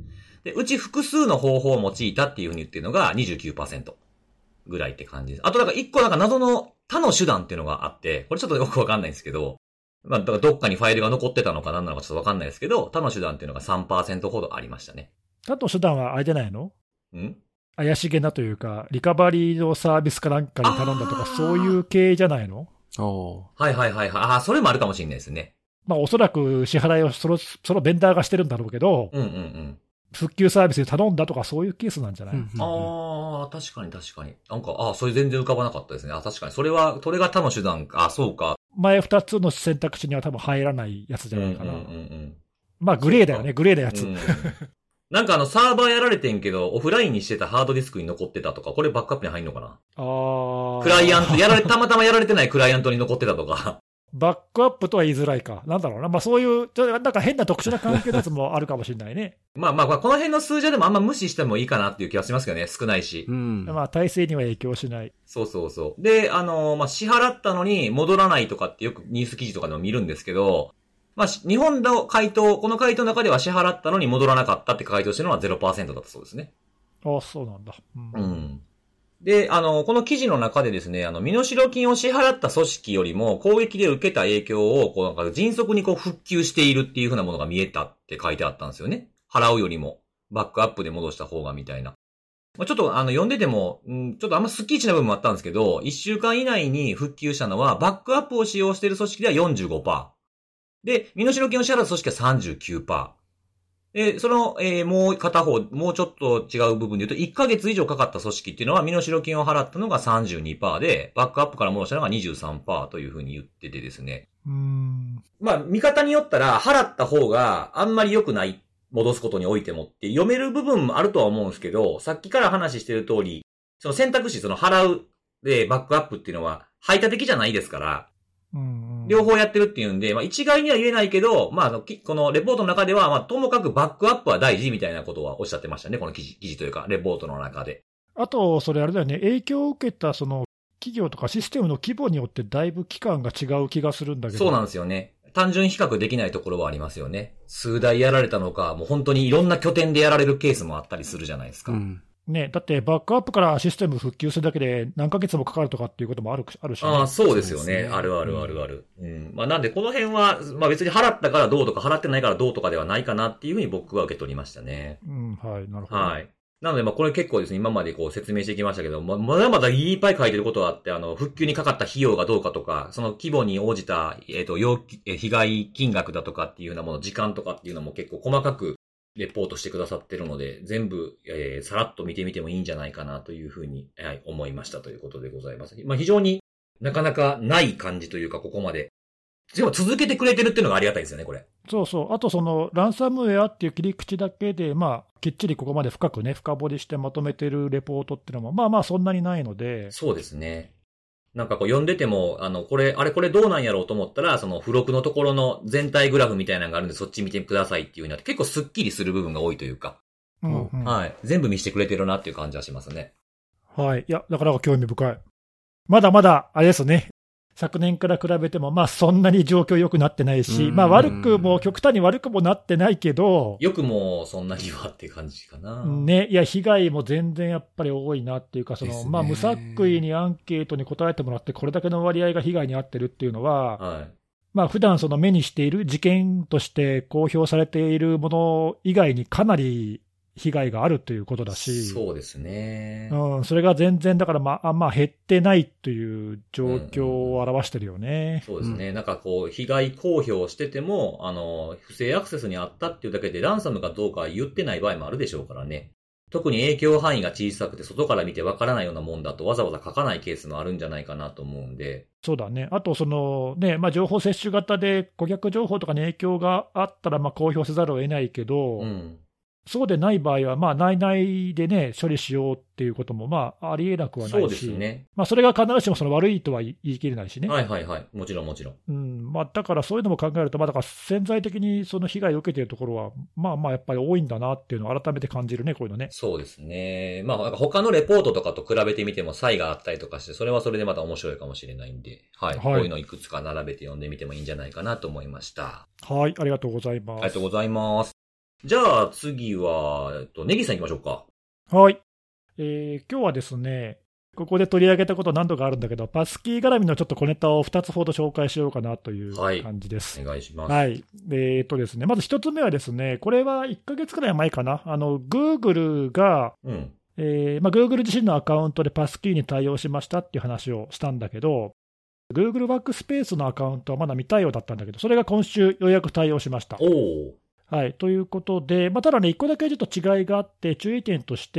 で、うち複数の方法を用いたっていうふうに言ってるのが 29% ぐらいって感じです。あとなんか一個なんか謎の他の手段っていうのがあって、これちょっとよくわかんないんですけど、まあ、だからどっかにファイルが残ってたのか何なのかちょっとわかんないですけど、他の手段っていうのが 3% ほどありましたね。 他の手段はあれじゃないの？怪しげなというか、リカバリーのサービスかなんかに頼んだとか、そういう系じゃないの？ はいはいはいはい。ああ、それもあるかもしれないですね。 まあ、おそらく支払いをそのベンダーがしてるんだろうけど、復旧サービスで頼んだとか、そういうケースなんじゃない？ ああ、確かに確かに。なんか、それ全然浮かばなかったですね。確かに。それが他の手段か。そうか。 前2つの選択肢には多分入らないやつじゃないかな。まあ、グレーだよね、グレーなやつ。 なんかサーバーやられてんけど、オフラインにしてたハードディスクに残ってたとか、これバックアップに入んのかな？クライアント、たまたまやられてないクライアントに残ってたとか。 バックアップとは言いづらいか。なんだろうな。まあそういう、なんか変な特殊な関係のやつもあるかもしれないね。 まあ、この辺の数字でもあんま無視してもいいかなっていう気がしますけどね。少ないし。 まあ体制には影響しない。 そうそうそう。で、まあ支払ったのに戻らないとかってよくニュース記事とかでも見るんですけど、まあ日本の回答、この回答の中では支払ったのに戻らなかったって回答してるのは 0% だったそうですね。 ああ、そうなんだ。 で、この記事の中でですね、身代金を支払った組織よりも攻撃で受けた影響を、なんか迅速に復旧しているっていう風なものが見えたって書いてあったんですよね。払うよりも、バックアップで戻した方がみたいな。まあ、ちょっと読んでても、ちょっとあんまスッキリしない部分もあったんですけど、1週間以内に復旧したのは、バックアップを使用している組織では 45%。で、身代金を支払った組織は 39%。その、もう片方、もうちょっと違う部分で言うと、1ヶ月以上かかった組織っていうのは、身代金を払ったのが 32% で、バックアップから戻したのが 23% というふうに言っててですね。まあ、見方によったら、払った方があんまり良くない、戻すことにおいてもって読める部分もあるとは思うんですけど、さっきから話してる通り、その選択肢、払うで、バックアップっていうのは、排他的じゃないですから、両方やってるっていうんで、まあ一概には言えないけど、まあこのレポートの中では、まあともかくバックアップは大事みたいなことはおっしゃってましたね、この記事というか、レポートの中で。 あと、それあれだよね、影響を受けたその企業とかシステムの規模によってだいぶ期間が違う気がするんだけど。 そうなんですよね。単純比較できないところはありますよね。数台やられたのか、もう本当にいろんな拠点でやられるケースもあったりするじゃないですか。 ね、だってバックアップからシステム復旧するだけで何ヶ月もかかるとかっていうこともあるし、ね。 ああ、そうですよね。ある。まあなんでこの辺は、まあ別に払ったからどうとか払ってないからどうとかではないかなっていうふうに僕は受け取りましたね。 はい、なるほど。 はい。なのでまあこれ結構ですね、今まで説明してきましたけど、まだまだいっぱい書いてることがあって、復旧にかかった費用がどうかとか、その規模に応じた、被害金額だとかっていうようなもの、時間とかっていうのも結構細かくレポートしてくださってるので、全部、さらっと見てみてもいいんじゃないかなというふうに、思いましたということでございます。まあ非常になかなかない感じというか、ここまで。でも続けてくれてるっていうのがありがたいですよね、これ。 そうそう。あとランサムウェアっていう切り口だけで、まあ、きっちりここまで深くね、深掘りしてまとめてるレポートっていうのも、まあまあそんなにないので。 そうですね。なんか読んでても、これどうなんやろうと思ったら、その付録のところの全体グラフみたいなのがあるんで、そっち見てくださいっていう風になって、結構スッキリする部分が多いというか。はい。全部見せてくれてるなっていう感じはしますね。 はい。いや、だから興味深い。まだまだ、あれですね。昨年から比べても、まあそんなに状況良くなってないし、まあ極端に悪くもなってないけど。 よくもそんなにはって感じかな。 ね、いや、被害も全然やっぱり多いなっていうか、まあ無作為にアンケートに答えてもらって、これだけの割合が被害に遭ってるっていうのは、まあ普段目にしている事件として公表されているもの以外にかなり被害があるということだし、 そうですね。 それが全然だからまあ減ってないという状況を表してるよね。 そうですね。なんか被害公表してても、不正アクセスにあったっていうだけでランサムかどうか言ってない場合もあるでしょうからね。特に影響範囲が小さくて外から見てわからないようなもんだとわざわざ書かないケースもあるんじゃないかなと思うんで。 そうだね。あとね、まあ情報摂取型で顧客情報とかに影響があったらまあ公表せざるを得ないけど、そうでない場合は、まあ、内々でね、処理しようっていうことも、まあ、ありえなくはないし。 そうですね。 まあ、それが必ずしも悪いとは言い切れないしね。 はい。もちろん。 まあ、だからそういうのも考えると、まあ、だから潜在的にその被害を受けているところは、まあ、やっぱり多いんだなっていうのを改めて感じるね、こういうのね。 そうですね。まあ、なんか他のレポートとかと比べてみても差異があったりとかして、それはそれでまた面白いかもしれないんで、はい。こういうのをいくつか並べて読んでみてもいいんじゃないかなと思いました。 はい、ありがとうございます。 ありがとうございます。 じゃあ次は、ネギさん行きましょうか。 はい。今日はですね、ここで取り上げたこと何度かあるんだけど、パスキー絡みのちょっと小ネタを2つほど紹介しようかなという感じです。 はい、お願いします。 はい。ですね、まず1つ目はですね、これは1ヶ月くらい前かな、Google が、Google 自身のアカウントでパスキーに対応しましたっていう話をしたんだけど、Google ワークスペースのアカウントはまだ未対応だったんだけど、それが今週ようやく対応しました。はい、ということで、ただね、1個だけちょっと違いがあって、注意点として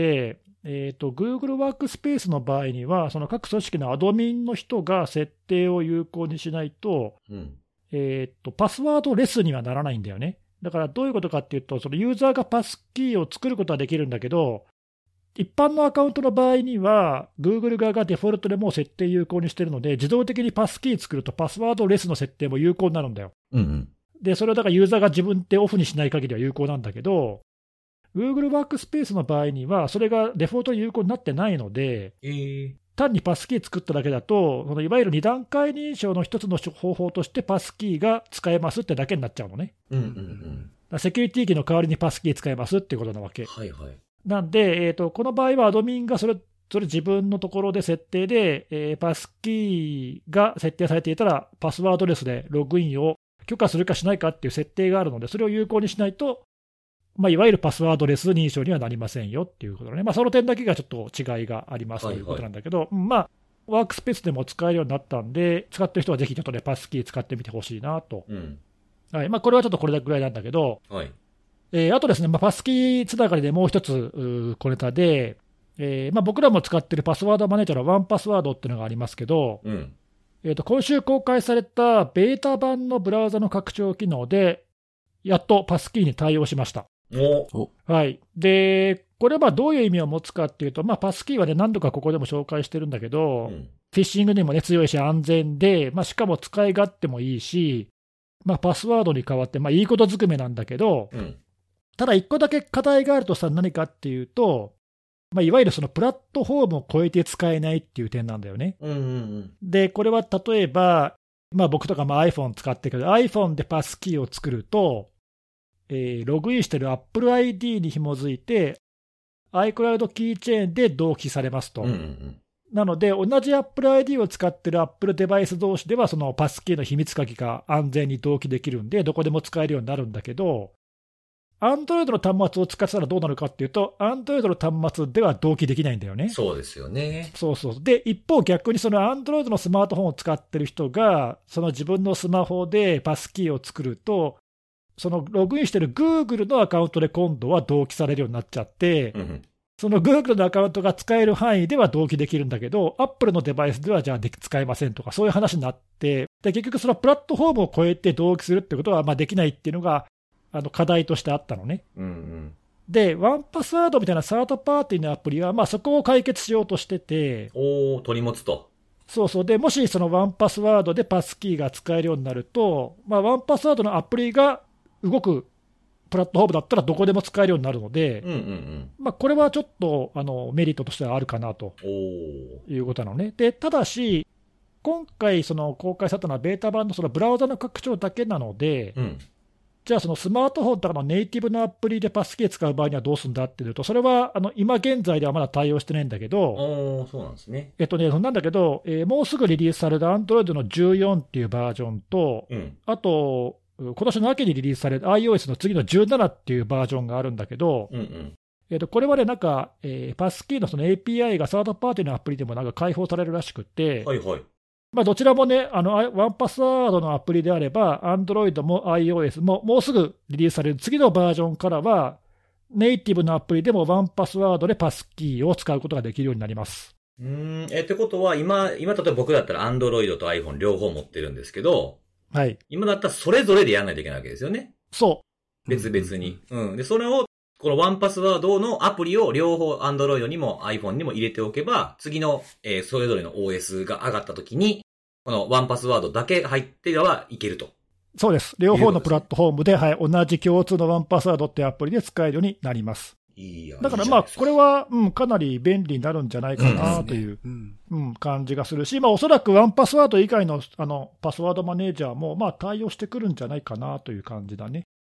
、Google ワークスペースの場合には、その各組織のアドミンの人が設定を有効にしないと、パスワードレスにはならないんだよね。だからどういうことかっていうと、そのユーザーがパスキーを作ることはできるんだけど、一般のアカウントの場合には、Google 側がデフォルトでもう設定有効にしてるので、自動的にパスキー作るとパスワードレスの設定も有効になるんだよ。で、それをだからユーザーが自分でオフにしない限りは有効なんだけど、Google ワークスペースの場合には、それがデフォルトで有効になってないので、単にパスキー作っただけだと、そのいわゆる2段階認証の一つの方法としてパスキーが使えますってだけになっちゃうのね。セキュリティキーの代わりにパスキー使えますってことなわけ。なんで、この場合はアドミンがそれ自分のところで設定で、パスキーが設定されていたら、パスワードレスでログインを許可するかしないかっていう設定があるので、それを有効にしないと、いわゆるパスワードレス認証にはなりませんよっていうことでね、その点だけがちょっと違いがありますということなんだけど、ワークスペースでも使えるようになったんで、使ってる人はぜひちょっとね、パスキー使ってみてほしいなと。これはちょっとこれぐらいなんだけど、あとですね、パスキーつながりでもう一つ小ネタで、僕らも使ってるパスワードマネージャーのワンパスワードっていうのがありますけど、今週公開されたベータ版のブラウザの拡張機能で、やっとパスキーに対応しました。はい、でこれはどういう意味を持つかっていうと、パスキーはね、何度かここでも紹介してるんだけど、フィッシングにも、ね、強いし安全で、しかも使い勝手もいいし、パスワードに代わって、いいことずくめなんだけど、ただ一個だけ課題があるとさ、何かっていうと、いわゆるそのプラットフォームを超えて使えないっていう点なんだよね。で、これは例えば、僕とかiPhone 使ってるけど、iPhone でパスキーを作ると、ログインしてる Apple ID に紐づいて、iCloud キーチェーンで同期されますと。なので、同じ Apple ID を使ってる Apple デバイス同士では、そのパスキーの秘密鍵が安全に同期できるんで、どこでも使えるようになるんだけど、Android の端末を使ってたらどうなるかっていうと、Android の端末では同期できないんだよね。 そうですよね。 で、一方逆にその Android のスマートフォンを使ってる人が、その自分のスマホでパスキーを作ると、そのログインしてる Google のアカウントで今度は同期されるようになっちゃって、その Google のアカウントが使える範囲では同期できるんだけど、Apple のデバイスではじゃあ使えませんとか、そういう話になって、で結局そのプラットフォームを超えて同期するってことはできないっていうのが課題としてあったのね。で、ワンパスワードみたいなサードパーティーのアプリは、そこを解決しようとしてて、 取り持つと。 で、もしそのワンパスワードでパスキーが使えるようになると、ワンパスワードのアプリが動くプラットフォームだったらどこでも使えるようになるので、これはちょっとメリットとしてはあるかなということなのね。で、ただし、今回その公開されたのはベータ版のそのブラウザの拡張だけなので、じゃあそのスマートフォンとかのネイティブのアプリでパスキー使う場合にはどうするんだっていうと、それは今現在ではまだ対応してないんだけど、 そうなんですね。 なんだけど、もうすぐリリースされる Android の14っていうバージョンと、あと、今年の秋にリリースされる iOS の次の17っていうバージョンがあるんだけど、これはね、パスキーのその API がサードパーティーのアプリでも開放されるらしくて、どちらもね、ワンパスワードのアプリであれば、Android も iOS ももうすぐリリースされる次のバージョンからは、ネイティブのアプリでもワンパスワードでパスキーを使うことができるようになります。 ってことは、今例えば僕だったら Android と iPhone 両方持ってるんですけど、今だったらそれぞれでやらないといけないわけですよね。別々に。で、それを、このワンパスワードのアプリを両方 Android にも iPhone にも入れておけば、次の、それぞれの OS が上がった時に、このワンパスワードだけ入ってはいけると。 そうです。両方のプラットフォームで、同じ共通のワンパスワードってアプリで使えるようになります。だからこれは、かなり便利になるんじゃないかなという、感じがするし、おそらくワンパスワード以外のパスワードマネージャーも対応してくるんじゃないかなという感じだね。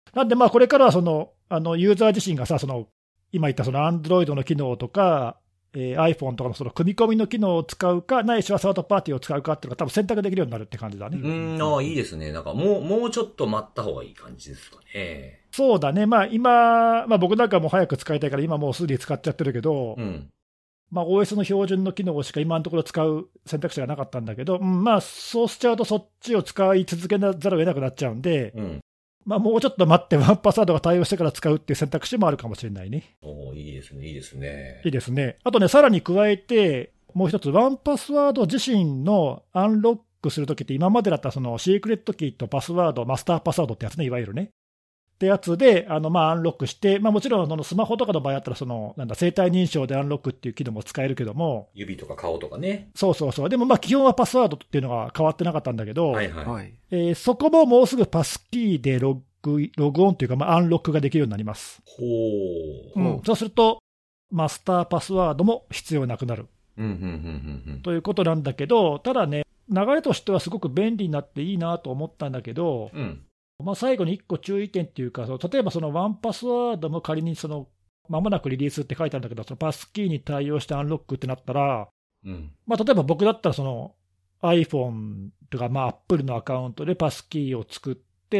なんでまあこれからはユーザー自身がさ、今言ったAndroid の機能とか、iPhone とかの組み込みの機能を使うか、ないしはサードパーティーを使うかっていうのが多分選択できるようになるって感じだね。 いいですね。なんかもうちょっと待った方がいい感じですかね。 そうだね。まあ今、僕なんかも早く使いたいから今もうすでに使っちゃってるけど、まあ OS の標準の機能しか今のところ使う選択肢がなかったんだけど、まあそうしちゃうとそっちを使い続けざるを得なくなっちゃうんで、まあもうちょっと待ってワンパスワードが対応してから使うっていう選択肢もあるかもしれないね。 いいですね、いいですね。 いいですね。あとね、さらに加えて、もう一つ、ワンパスワード自身のアンロックするときって、今までだったらシークレットキーとパスワード、マスターパスワードってやつね、いわゆるね。ってやつで、まあアンロックして、まあもちろんスマホとかの場合だったら生体認証でアンロックっていう機能も使えるけども。 指とか顔とかね。 そうそうそう。でもまあ基本はパスワードっていうのが変わってなかったんだけど、そこももうすぐパスキーでログオンというか、まあ、アンロックができるようになります。そうすると、マスターパスワードも必要なくなる。ということなんだけど、ただね、流れとしてはすごく便利になっていいなと思ったんだけど、まあ、最後に1個注意点っていうか、例えばワンパスワードも仮に間もなくリリースって書いてあるんだけど、パスキーに対応してアンロックってなったら、まあ、例えば僕だったらiPhone とか、まあ、Apple のアカウントでパスキーを作って、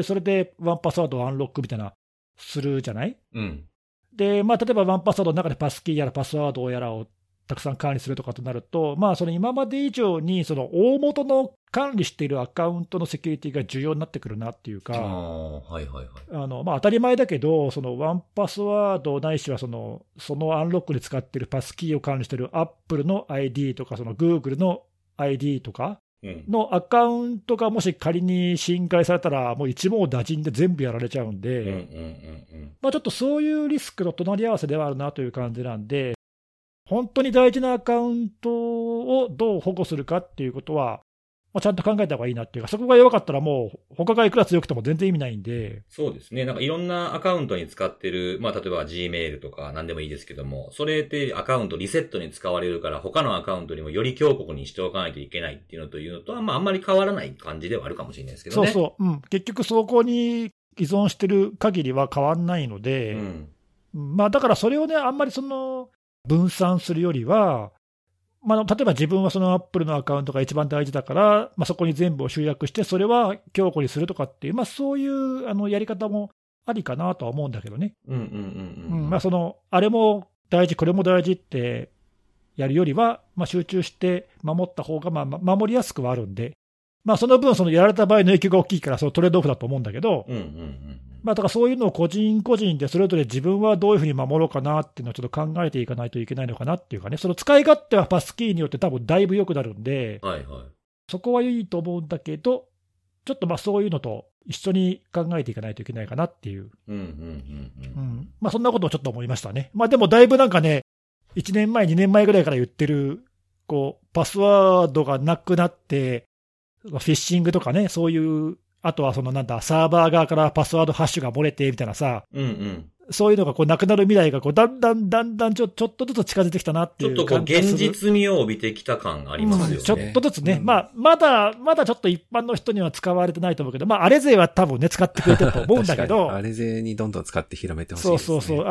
それでワンパスワードをアンロックみたいな、するじゃない？で、まあ、例えばワンパスワードの中でパスキーやらパスワードやらをたくさん管理するとかとなると、まあ、今まで以上に大元の管理しているアカウントのセキュリティが重要になってくるなっていうか、まあ、当たり前だけど、ワンパスワードないしはそのアンロックで使っているパスキーを管理している Apple の ID とか、Google の ID とかのアカウントがもし仮に侵害されたら、もう一網打尽で全部やられちゃうんで、まあ、ちょっとそういうリスクの隣り合わせではあるなという感じなんで、本当に大事なアカウントをどう保護するかっていうことは、まあ、ちゃんと考えた方がいいなっていうか、そこが弱かったらもう他がいくら強くても全然意味ないんで。 そうですね。なんかいろんなアカウントに使ってる、まあ例えば Gmail とか何でもいいですけども、それってアカウントリセットに使われるから、他のアカウントにもより強固にしておかないといけないっていうのとは、まああんまり変わらない感じではあるかもしれないですけどね。 そう、結局そこに依存してる限りは変わらないので、まあだからそれをね、あんまり分散するよりは、まあ、例えば自分はアップルのアカウントが一番大事だから、まあ、そこに全部を集約して、それは強固にするとかっていう、まあ、そういうやり方もありかなとは思うんだけどね。まあ、あれも大事、これも大事ってやるよりは、まあ、集中して守った方がまあ守りやすくはあるんで、まあ、その分、やられた場合の影響が大きいから、トレードオフだと思うんだけど、まあ、だからそういうのを個人個人でそれぞれ自分はどういうふうに守ろうかなっていうのをちょっと考えていかないといけないのかなっていうかね、使い勝手はパスキーによって多分だいぶ良くなるんで、そこはいいと思うんだけど、ちょっとまあそういうのと一緒に考えていかないといけないかなっていう。まあそんなことをちょっと思いましたね。まあでもだいぶなんかね、1年前、2年前ぐらいから言ってる、パスワードがなくなって、フィッシングとかね、そういう、あとはサーバー側からパスワードハッシュが漏れてみたいなさ、そういうのがなくなる未来がだんだんちょっとずつ近づいてきたなっていう感じ。ちょっと現実味を帯びてきた感がありますよね。 ちょっとずつね。まあ、まだちょっと一般の人には使われてないと思うけど、まあ、あれ勢は多分ね、使ってくれてると思うんだけど。 あれ勢にどんどん使って広めてほしいですね。 そう。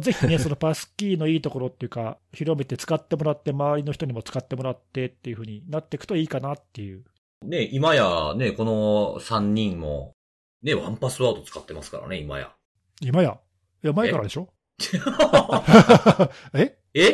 ぜひね、パスキーのいいところっていうか、広めて使ってもらって、周りの人にも使ってもらってっていう風になっていくといいかなっていう。 ね、今やね、この3人も、ね、ワンパスワード使ってますからね、今や。 いや、前からでしょえ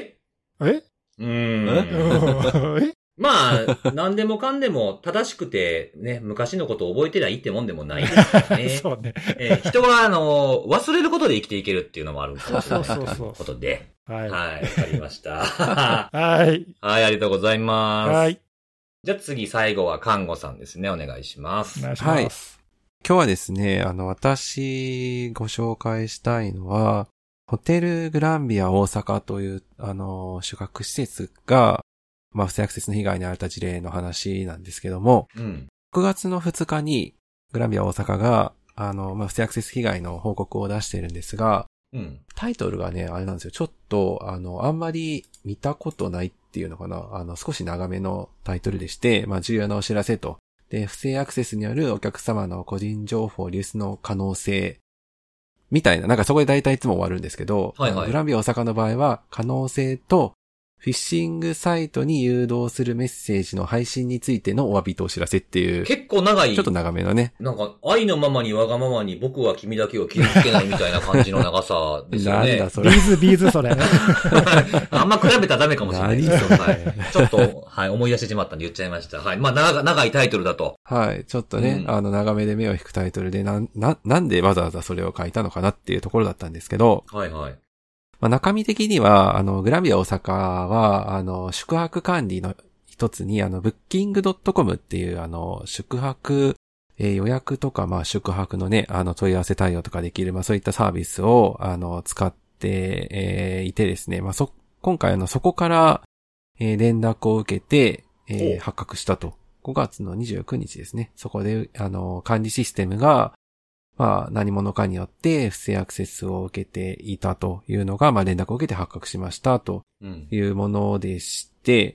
まあ、何でもかんでも正しくて、ね、昔のことを覚えてりゃいいってもんでもないですよね。 そうね。 人は、忘れることで生きていけるっていうのもあるかもしれないということで。はい。わかりました。 はい。 はい、ありがとうございます。 はい。 じゃあ次、最後は看護さんですね。お願いします。 お願いします。 今日はですね、私ご紹介したいのは、ホテルグランビア大阪という、宿泊施設が、まあ、不正アクセスの被害に遭われた事例の話なんですけども、6月の2日に、グランビア大阪が、まあ、不正アクセス被害の報告を出しているんですが、タイトルがね、あれなんですよ。ちょっと、あんまり見たことないっていうのかな。少し長めのタイトルでして、まあ、重要なお知らせと。で、不正アクセスによるお客様の個人情報流出の可能性みたいな、なんかそこで大体いつも終わるんですけど、はいはい、グランビア大阪の場合は、可能性と、フィッシングサイトに誘導するメッセージの配信についてのお詫びとお知らせっていう。 結構長い。 ちょっと長めのね。 なんか、愛のままにわがままに僕は君だけを傷つけないみたいな感じの長さですよね。 なんだそれ。 ビーズそれ。 あんま比べたらダメかもしれないですけど、はい。ちょっと、はい、思い出してしまったんで言っちゃいました。はい。まあ、長いタイトルだと。 はい。ちょっとね、長めで目を引くタイトルで、なんでわざわざそれを書いたのかなっていうところだったんですけど。 はいはい。 まあ、中身的には、グランビア大阪は、宿泊管理の一つに、booking.com っていう、宿泊、予約とか、まあ、宿泊のね、問い合わせ対応とかできる、まあ、そういったサービスを、使って、いてですね、まあ、今回そこから、連絡を受けて、発覚したと。5月の29日ですね。そこで、管理システムが、まあ、何者かによって不正アクセスを受けていたというのが、まあ、連絡を受けて発覚しましたというものでして、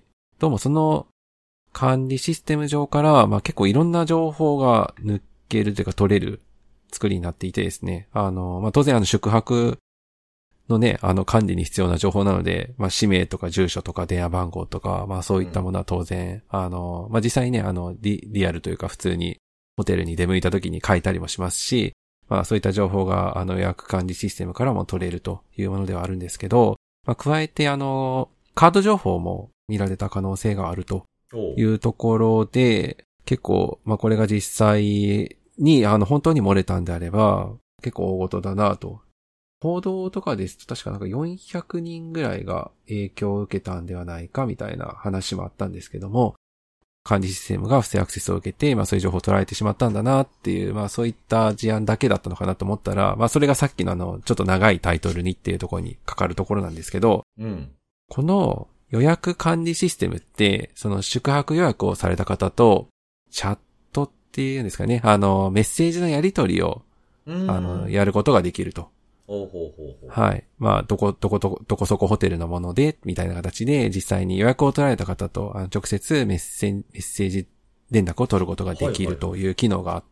どうもその管理システム上から、まあ、結構いろんな情報が抜けるというか取れる作りになっていてですね、まあ、当然宿泊のね、管理に必要な情報なので、まあ、氏名とか住所とか電話番号とか、まあ、そういったものは当然、まあ、実際ね、リアルというか普通にホテルに出向いた時に書いたりもしますし、まあそういった情報が予約管理システムからも取れるというものではあるんですけど、まあ加えてカード情報も見られた可能性があるというところで、結構まあこれが実際に本当に漏れたんであれば結構大事だなと。報道とかですと確かなんか400人ぐらいが影響を受けたんではないかみたいな話もあったんですけども、管理システムが不正アクセスを受けて、まあそういう情報を取られてしまったんだなっていう、まあそういった事案だけだったのかなと思ったら、まあそれがさっきのちょっと長いタイトルにっていうところにかかるところなんですけど、この予約管理システムって、その宿泊予約をされた方と、チャットっていうんですかね、メッセージのやり取りを、やることができると。はい。まあ、どこそこホテルのもので、みたいな形で、実際に予約を取られた方と、直接メッセージ連絡を取ることができるという機能があって、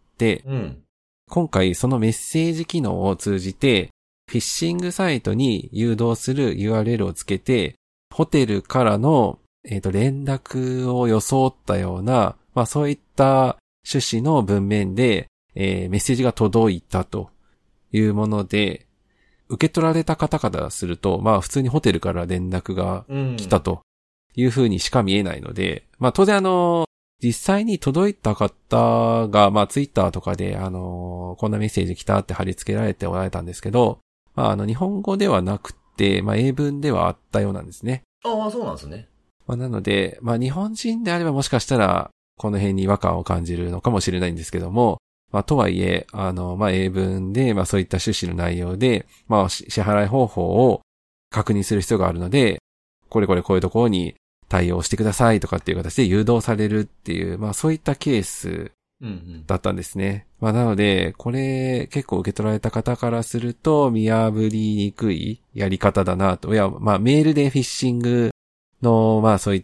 今回そのメッセージ機能を通じて、フィッシングサイトに誘導する URL をつけて、ホテルからの、連絡を装ったような、まあそういった趣旨の文面で、メッセージが届いたというもので、受け取られた方からすると、まあ普通にホテルから連絡が来たという風にしか見えないので、まあ当然実際に届いた方が、まあツイッターとかでこんなメッセージ来たって貼り付けられておられたんですけど、まあ日本語ではなくて、まあ英文ではあったようなんですね。 ああ、そうなんですね。 まあなので、まあ日本人であればもしかしたらこの辺に違和感を感じるのかもしれないんですけども、まあ、とはいえ、まあ、英文で、まあ、そういった趣旨の内容で、まあ、支払い方法を確認する必要があるので、こういうところに対応してくださいとかっていう形で誘導されるっていう、まあ、そういったケースだったんですね。まあ、なので、これ結構受け取られた方からすると見破りにくいやり方だなと。いや、まあ、メールでフィッシングの、まあそういった、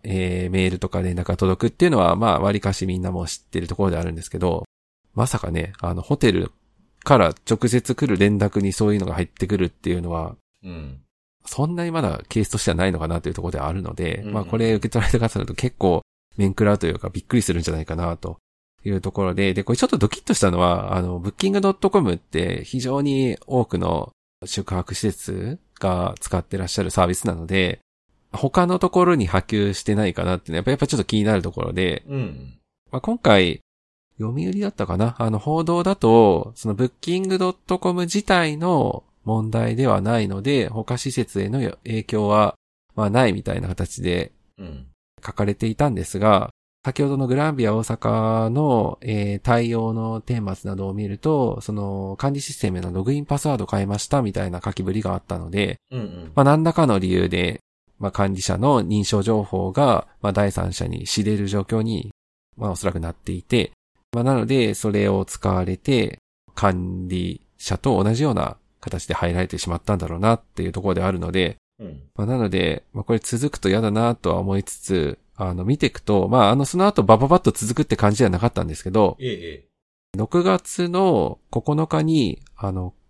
メールとか連絡が届くっていうのは、まあ割かしみんなも知ってるところであるんですけど、まさかね、ホテルから直接来る連絡にそういうのが入ってくるっていうのは、そんなにまだケースとしてはないのかなというところではあるので、まあこれ受け取られた方だと結構面食らうというかびっくりするんじゃないかなというところで、これちょっとドキッとしたのは、booking.com って非常に多くの宿泊施設が使ってらっしゃるサービスなので、他のところに波及してないかなっていうのはやっぱちょっと気になるところで、まあ、今回、読売だったかな？報道だと、その booking.com 自体の問題ではないので、他施設への影響は、まあないみたいな形で書かれていたんですが、先ほどのグランビア大阪の、対応の顛末などを見ると、その管理システムへのログインパスワード変えましたみたいな書きぶりがあったので、まあ何らかの理由で、まあ管理者の認証情報が、まあ第三者に知れる状況に、まあおそらくなっていて、まあなので、それを使われて、管理者と同じような形で入られてしまったんだろうなっていうところであるので、まあなので、まあこれ続くと嫌だなとは思いつつ、見ていくと、まあその後バババッと続くって感じではなかったんですけど、6月の9日に、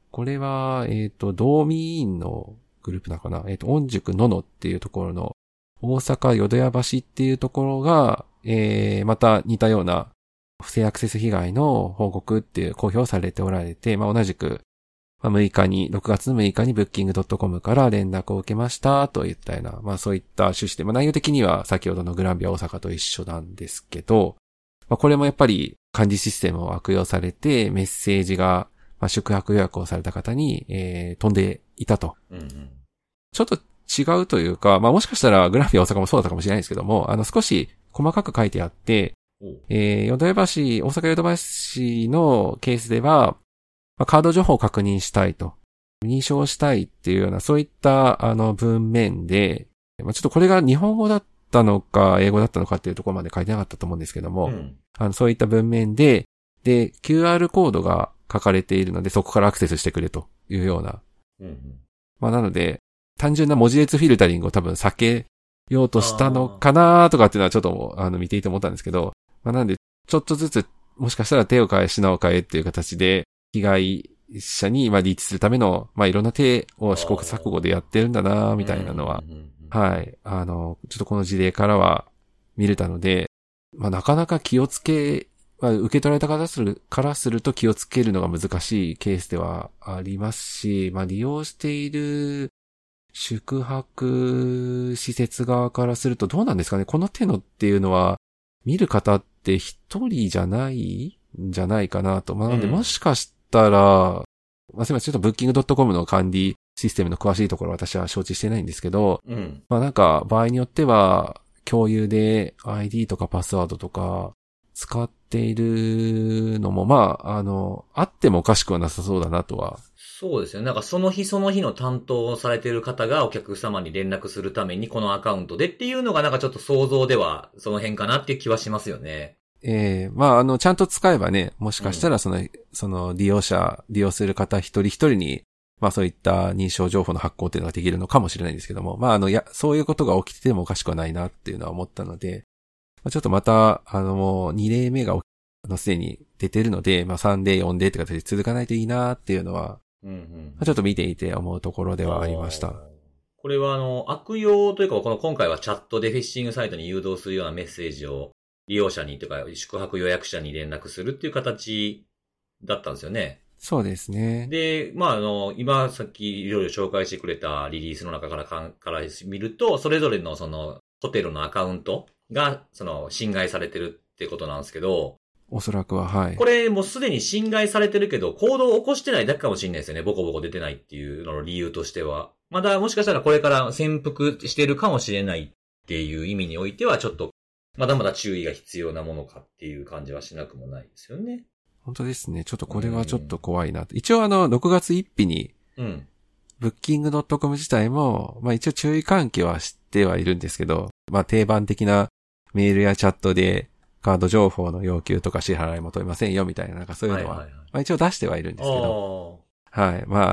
これは、道民院のグループなのかな。御宿ののっていうところの、大阪淀屋橋っていうところが、また似たような不正アクセス被害の報告っていう公表されておられて、同じく、6月の6日に booking.com から連絡を受けましたといったような、そういった趣旨で、内容的には先ほどのグランビア大阪と一緒なんですけど、これもやっぱり管理システムを悪用されて、メッセージが、宿泊予約をされた方に、飛んでいたと。ちょっと違うというか、もしかしたらグランビア大阪もそうだったかもしれないんですけども、少し細かく書いてあって、大阪淀屋橋のケースでは、カード情報を確認したいと。認証したいっていうような、そういった、文面で、ちょっとこれが日本語だったのか、英語だったのかっていうところまで書いてなかったと思うんですけども、そういった文面で、QR コードが書かれているので、そこからアクセスしてくれというような。なので、単純な文字列フィルタリングを多分避けようとしたのかなとかっていうのはちょっと見ていて思ったんですけど、なので、ちょっとずつ、もしかしたら手を変え品を変えっていう形で、被害者にリーチするための、いろんな手を試行錯誤でやってるんだなみたいなのは、はい。ちょっとこの事例からは見れたので、なかなか気をつけ、受け取られた方からすると気をつけるのが難しいケースではありますし、利用している宿泊施設側からするとどうなんですかね。この手のっていうのは、見る方って一人じゃないんじゃないかなと。なので、もしかしたら、すみません、ちょっと booking.com の管理システムの詳しいところは私は承知してないんですけど、なんか場合によっては共有で ID とかパスワードとか使っているのもあってもおかしくはなさそうだなとは。 そうですよね。なんかその日その日の担当をされている方がお客様に連絡するためにこのアカウントでっていうのがなんかちょっと想像ではその辺かなっていう気はしますよね。 ちゃんと使えばね、もしかしたらその利用する方一人一人に、そういった認証情報の発行っていうのができるのかもしれないんですけども、そういうことが起きててもおかしくはないなっていうのは思ったので、ちょっとまた、もう2例目がすでに出てるので、3例、4例って形で続かないといいなっていうのは、ちょっと見ていて思うところではありました。 これは悪用というか、今回はチャットでフィッシングサイトに誘導するようなメッセージを利用者にというか宿泊予約者に連絡するっていう形だったんですよね。 そうですね。 で、今さっきいろいろ紹介してくれたリリースの中から見ると、それぞれのそのホテルのアカウントが侵害されてるってことなんですけど、 おそらくは、はい。 これもうすでに侵害されてるけど、行動を起こしてないだけかもしれないですよね。ボコボコ出てないっていうのの理由としては。まだもしかしたらこれから潜伏してるかもしれないっていう意味においては、ちょっとまだまだ注意が必要なものかっていう感じはしなくもないですよね。 本当ですね。ちょっとこれはちょっと怖いなと。一応6月1日に、booking.com 自体も、一応注意喚起はしてはいるんですけど、定番的なメールやチャットでカード情報の要求とか支払い求めませんよみたいな、なんかそういうのは、一応出してはいるんですけど、はい。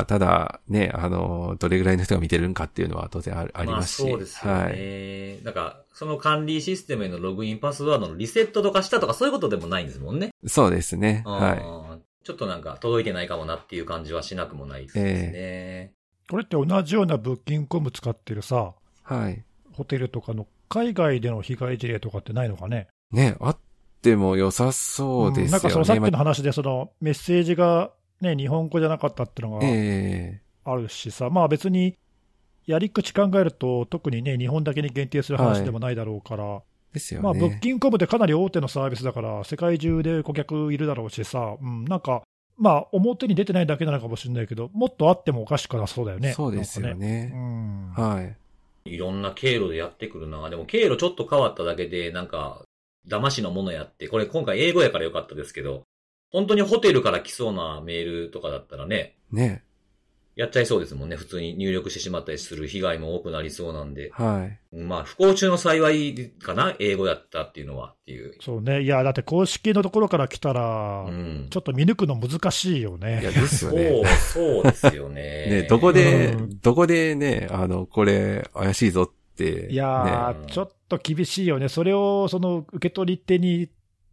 ただね、どれぐらいの人が見てるんかっていうのは当然ありますし。 そうですよね。はい。なんか、その管理システムへのログインパスワードのリセットとかしたとかそういうことでもないんですもんね。 そうですね。はい。 ちょっとなんか届いてないかもなっていう感じはしなくもないですね。 これって同じようなブッキングコム使ってるさ、 はい。 ホテルとかの海外での被害事例とかってないのかね。 ね、あっても良さそうですよね。 なんかさっきの話でメッセージがね、日本語じゃなかったっていうのがあるしさ、別にやり口考えると特にね、日本だけに限定する話でもないだろうから、 ですよね。 ブッキングコムってかなり大手のサービスだから世界中で顧客いるだろうしさ、なんか表に出てないだけなのかもしれないけど、もっとあってもおかしくなそうだよね。 そうですよね。はい。 いろんな経路でやってくるな。でも経路ちょっと変わっただけで、なんか、騙しのものやって、これ今回英語やからよかったですけど、本当にホテルから来そうなメールとかだったらね。 ね。 やっちゃいそうですもんね。普通に入力してしまったりする被害も多くなりそうなんで。 はい。 不幸中の幸いかな、英語やったっていうのはっていう。 そうね。いや、だって公式のところから来たら、ちょっと見抜くの難しいよね。 いや、ですよね。 そうですよね。 ね、どこでね、これ怪しいぞって。 いやー、ちょっと厳しいよね。それを受け取り手に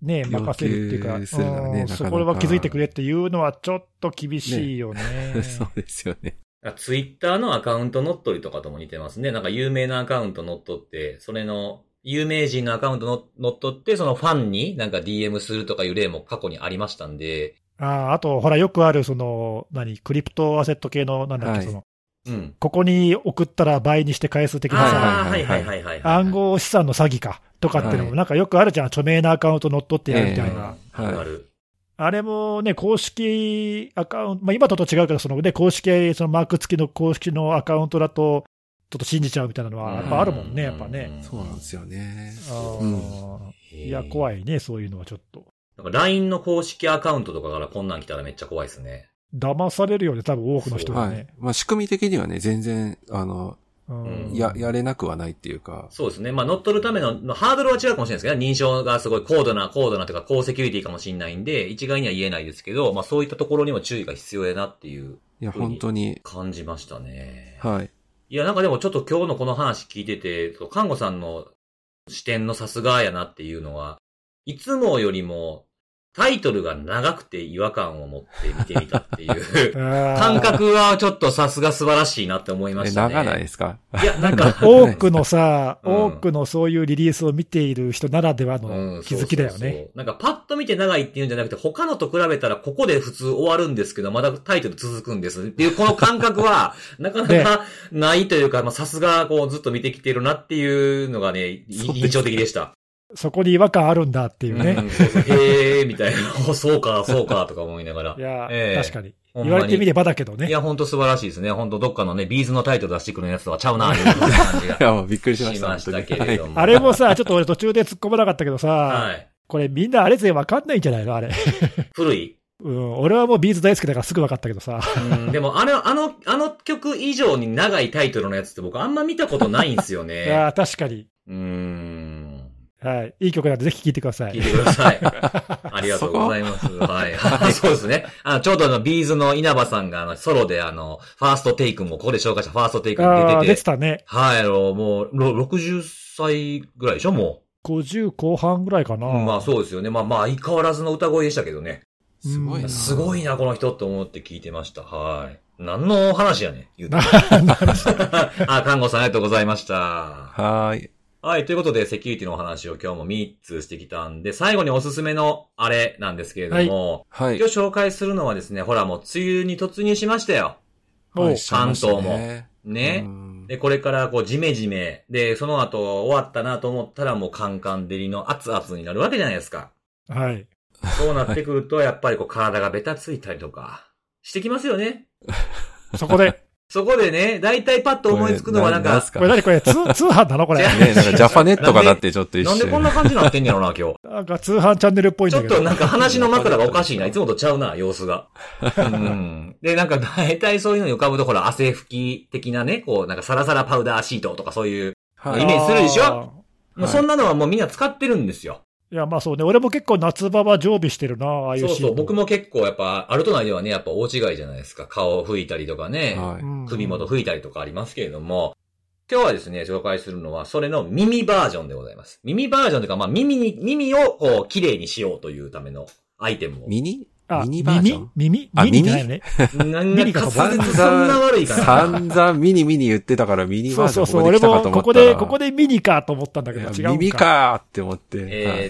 ね、任せるっていうか、 するならね、 そこは気づいてくれっていうのはちょっと厳しいよね。 そうですよね。 ツイッターのアカウント乗っ取りとかとも似てますね。なんか有名なアカウント乗っ取って、それの有名人のアカウント乗っ取って、そのファンになんか DM するとかいう例も過去にありましたんで。 あと、ほら、よくある、クリプトアセット系の、なんだっけ、ここに送ったら倍にして返す的なさ、暗号資産の詐欺か、とかっていうのも、なんかよくあるじゃん、著名なアカウント乗っ取ってやるみたいな。あれもね、公式アカウント、今と違うけど、公式、マーク付きの公式のアカウントだと、ちょっと信じちゃうみたいなのは、やっぱあるもんね、やっぱね。 そうなんですよね。 いや、怖いね、そういうのはちょっと。 なんか LINE の公式アカウントとかからこんなん来たらめっちゃ怖いですね。 騙されるよね、多分多くの人がね。 まあ仕組み的にはね、全然、やれなくはないっていうか。 そうですね。まあ乗っ取るためのハードルは違うかもしれないですけど、認証がすごい高度なというか高セキュリティかもしれないんで、一概には言えないですけど、まあそういったところにも注意が必要やなっていう。 いや、本当に。 感じましたね。 はい。 いや、なんかでもちょっと今日のこの話聞いてて、看護さんの視点のさすがやなっていうのは、いつもよりも、タイトルが長くて違和感を持って見てみたっていう感覚はちょっとさすが素晴らしいなって思いましたね。 長ないですか？ いや、なんか多くのそういうリリースを見ている人ならではの気づきだよね。 なんかパッと見て長いっていうんじゃなくて、他のと比べたらここで普通終わるんですけど、まだタイトル続くんですっていうこの感覚はなかなかないというか、まあさすがこうずっと見てきてるなっていうのがね、印象的でした。 そこに違和感あるんだっていうね。 へーみたいな。そうかとか思いながら。 いや、確かに。言われてみればだけどね。 いや、ほんと素晴らしいですね。ほんとどっかのね、ビーズのタイトル出してくるやつとはちゃうな、いう感じが。 いや、もうびっくりしましたけれども。 あれもさ、ちょっと俺途中で突っ込まなかったけどさ、これみんなあれぜわかんないんじゃないのあれ。 古い？ 俺はもうビーズ大好きだからすぐ分かったけどさ。 でもあの曲以上に長いタイトルのやつって僕あんま見たことないんですよね。 いや、確かに。はい。いい曲なんでぜひ聴いてください。 聴いてください。ありがとうございます。はい。そうですね。ちょうどビーズの稲葉さんがソロでファーストテイクもここで紹介したファーストテイクに出てて。 出てたね。 はい。もう、60歳ぐらいでしょもう。50後半ぐらいかな。 まあそうですよね。まあ相変わらずの歌声でしたけどね。 すごいな。 すごいな、この人って思って聞いてました。はい。何の話やねん。言うて。看護さんありがとうございました。 はい。 はい。ということで、セキュリティのお話を今日も3つしてきたんで、最後におすすめのあれなんですけれども、はい。今日紹介するのはですね、ほらもう梅雨に突入しましたよ。関東も。ね。で、これからこうジメジメ。で、その後終わったなと思ったらもうカンカン照りの熱々になるわけじゃないですか。 はい。 そうなってくると、やっぱりこう体がベタついたりとか、してきますよね。 そこでね、だいたいパッと思いつくのはなんか、 これ何これ通販なのこれ。 ね、なんかジャパネットかなってちょっと一瞬。 なんでこんな感じになってんやろな、今日。 なんか通販チャンネルっぽいんだけど。 ちょっとなんか話の枕がおかしいな。いつもとちゃうな、様子が。で、なんかだいたいそういうのに浮かぶと、ほら、汗拭き的なね、こう、なんかサラサラパウダーシートとかそういうイメージするでしょ？もうそんなのはもうみんな使ってるんですよ。 いや、まあそうね。俺も結構夏場は常備してるな、ああいうシート。 そう、僕も結構やっぱ、あるとないではね、やっぱ大違いじゃないですか。顔を拭いたりとかね、首元拭いたりとかありますけれども、今日はですね、紹介するのは、それの耳バージョンでございます。耳バージョンというか、まあ耳をこう、綺麗にしようというためのアイテムを。 ミニバージョン？ 耳じゃないよね。 ミニかそんな悪いかな。 散々ミニ言ってたからミニバージョンここで来たかと思ったら。 俺もここでミニかと思ったんだけど、違うか。 耳かーって思って。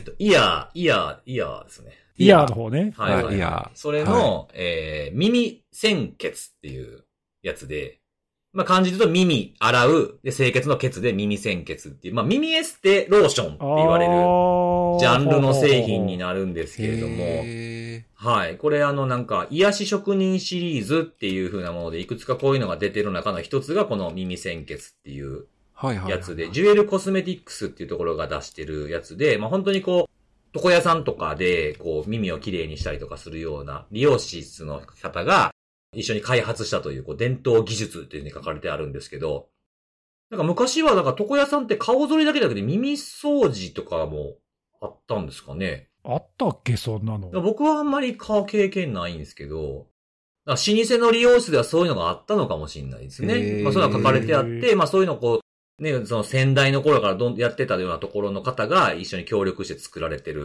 イヤーですね。 イヤーの方ね。 はい。イヤー。それの、耳洗潔っていうやつで、まあ漢字で言うと耳洗う、で清潔の潔で耳洗潔っていう、まあ耳エステローションって言われるジャンルの製品になるんですけれども、はい。これなんか、癒し職人シリーズっていう風なもので、いくつかこういうのが出てる中の一つがこの耳洗潔っていうやつで、ジュエルコスメティックスっていうところが出してるやつで、まあ本当にこう、床屋さんとかで、こう、耳をきれいにしたりとかするような理容室の方が、一緒に開発したという、こう、伝統技術っていう風に書かれてあるんですけど、なんか昔はなんか床屋さんって顔剃りだけだけで耳掃除とかもあったんですかね。 あったっけそんなの。 僕はあんまり経験ないんですけど、老舗の理容室ではそういうのがあったのかもしれないですね。まあそういうのが書かれてあって、まあそういうのをこう、ね、その先代の頃からやってたようなところの方が一緒に協力して作られてる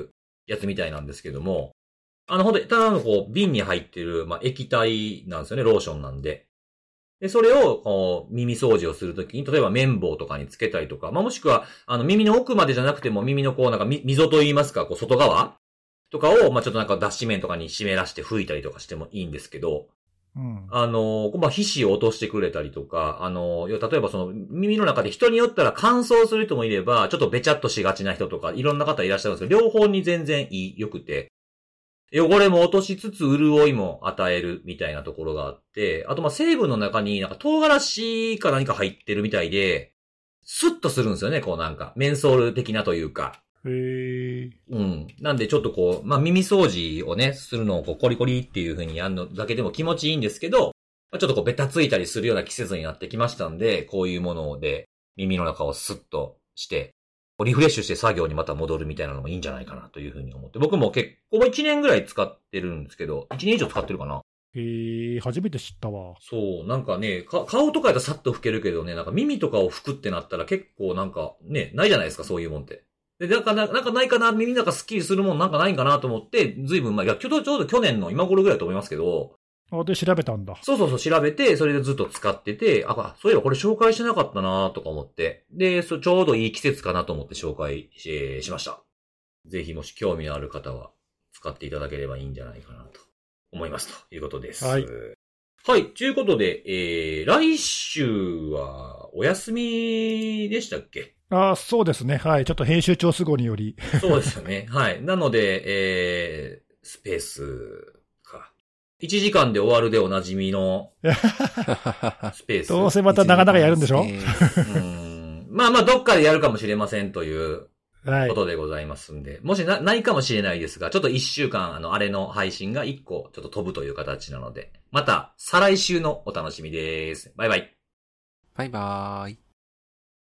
やつみたいなんですけども、ほんと、ただのこう、瓶に入ってる、液体なんですよね、ローションなんで。で、それを、こう、耳掃除をするときに、例えば綿棒とかにつけたりとか、もしくは、耳の奥までじゃなくても、耳のこう、なんか、溝と言いますか、こう、外側とかを、ちょっとなんか脱脂綿とかに湿らして拭いたりとかしてもいいんですけど、 うん。 皮脂を落としてくれたりとか、例えばその、耳の中で人によったら乾燥する人もいれば、ちょっとべちゃっとしがちな人とか、いろんな方いらっしゃるんですけど、両方に全然良くて、汚れも落としつつ潤いも与えるみたいなところがあって、あと成分の中になんか唐辛子か何か入ってるみたいで、スッとするんですよね、こうなんか、メンソール的なというか。 へー。 うん。なんでちょっとこう、耳掃除をね、するのをこうコリコリっていう風にやるのだけでも気持ちいいんですけど、ちょっとこうベタついたりするような季節になってきましたんで、こういうもので耳の中をスッとして、リフレッシュして作業にまた戻るみたいなのもいいんじゃないかなという風に思って。僕も結構1年ぐらい使ってるんですけど、1年以上使ってるかな。 初めて知ったわ。 そう、なんかね、顔とかやったらさっと拭けるけどね、なんか耳とかを拭くってなったら結構なんかね、ないじゃないですか、そういうもんって。で、なんかないかな、耳の中スッキリするもんなんかないんかなと思って、ずいぶん前、ちょうど去年の今頃ぐらいだと思いますけど。 で、調べたんだ。 そう調べて、それでずっと使ってて、そういえばこれ紹介してなかったなとか思って。で、ちょうどいい季節かなと思って紹介しました。ぜひもし興味のある方は使っていただければいいんじゃないかなと思いますということです。 はい。 はい。ということで、来週はお休みでしたっけ？ そうですね。はい。ちょっと編集長都合により。 そうですよね。はい。なので、スペースか。1時間で終わるでおなじみのスペース。 どうせまた長々やるんでしょ？ どっかでやるかもしれませんということでございますんで。はい、もしないかもしれないですが、ちょっと1週間、あれの配信が1個ちょっと飛ぶという形なので、また再来週のお楽しみです。バイバイ。 バイバーイ。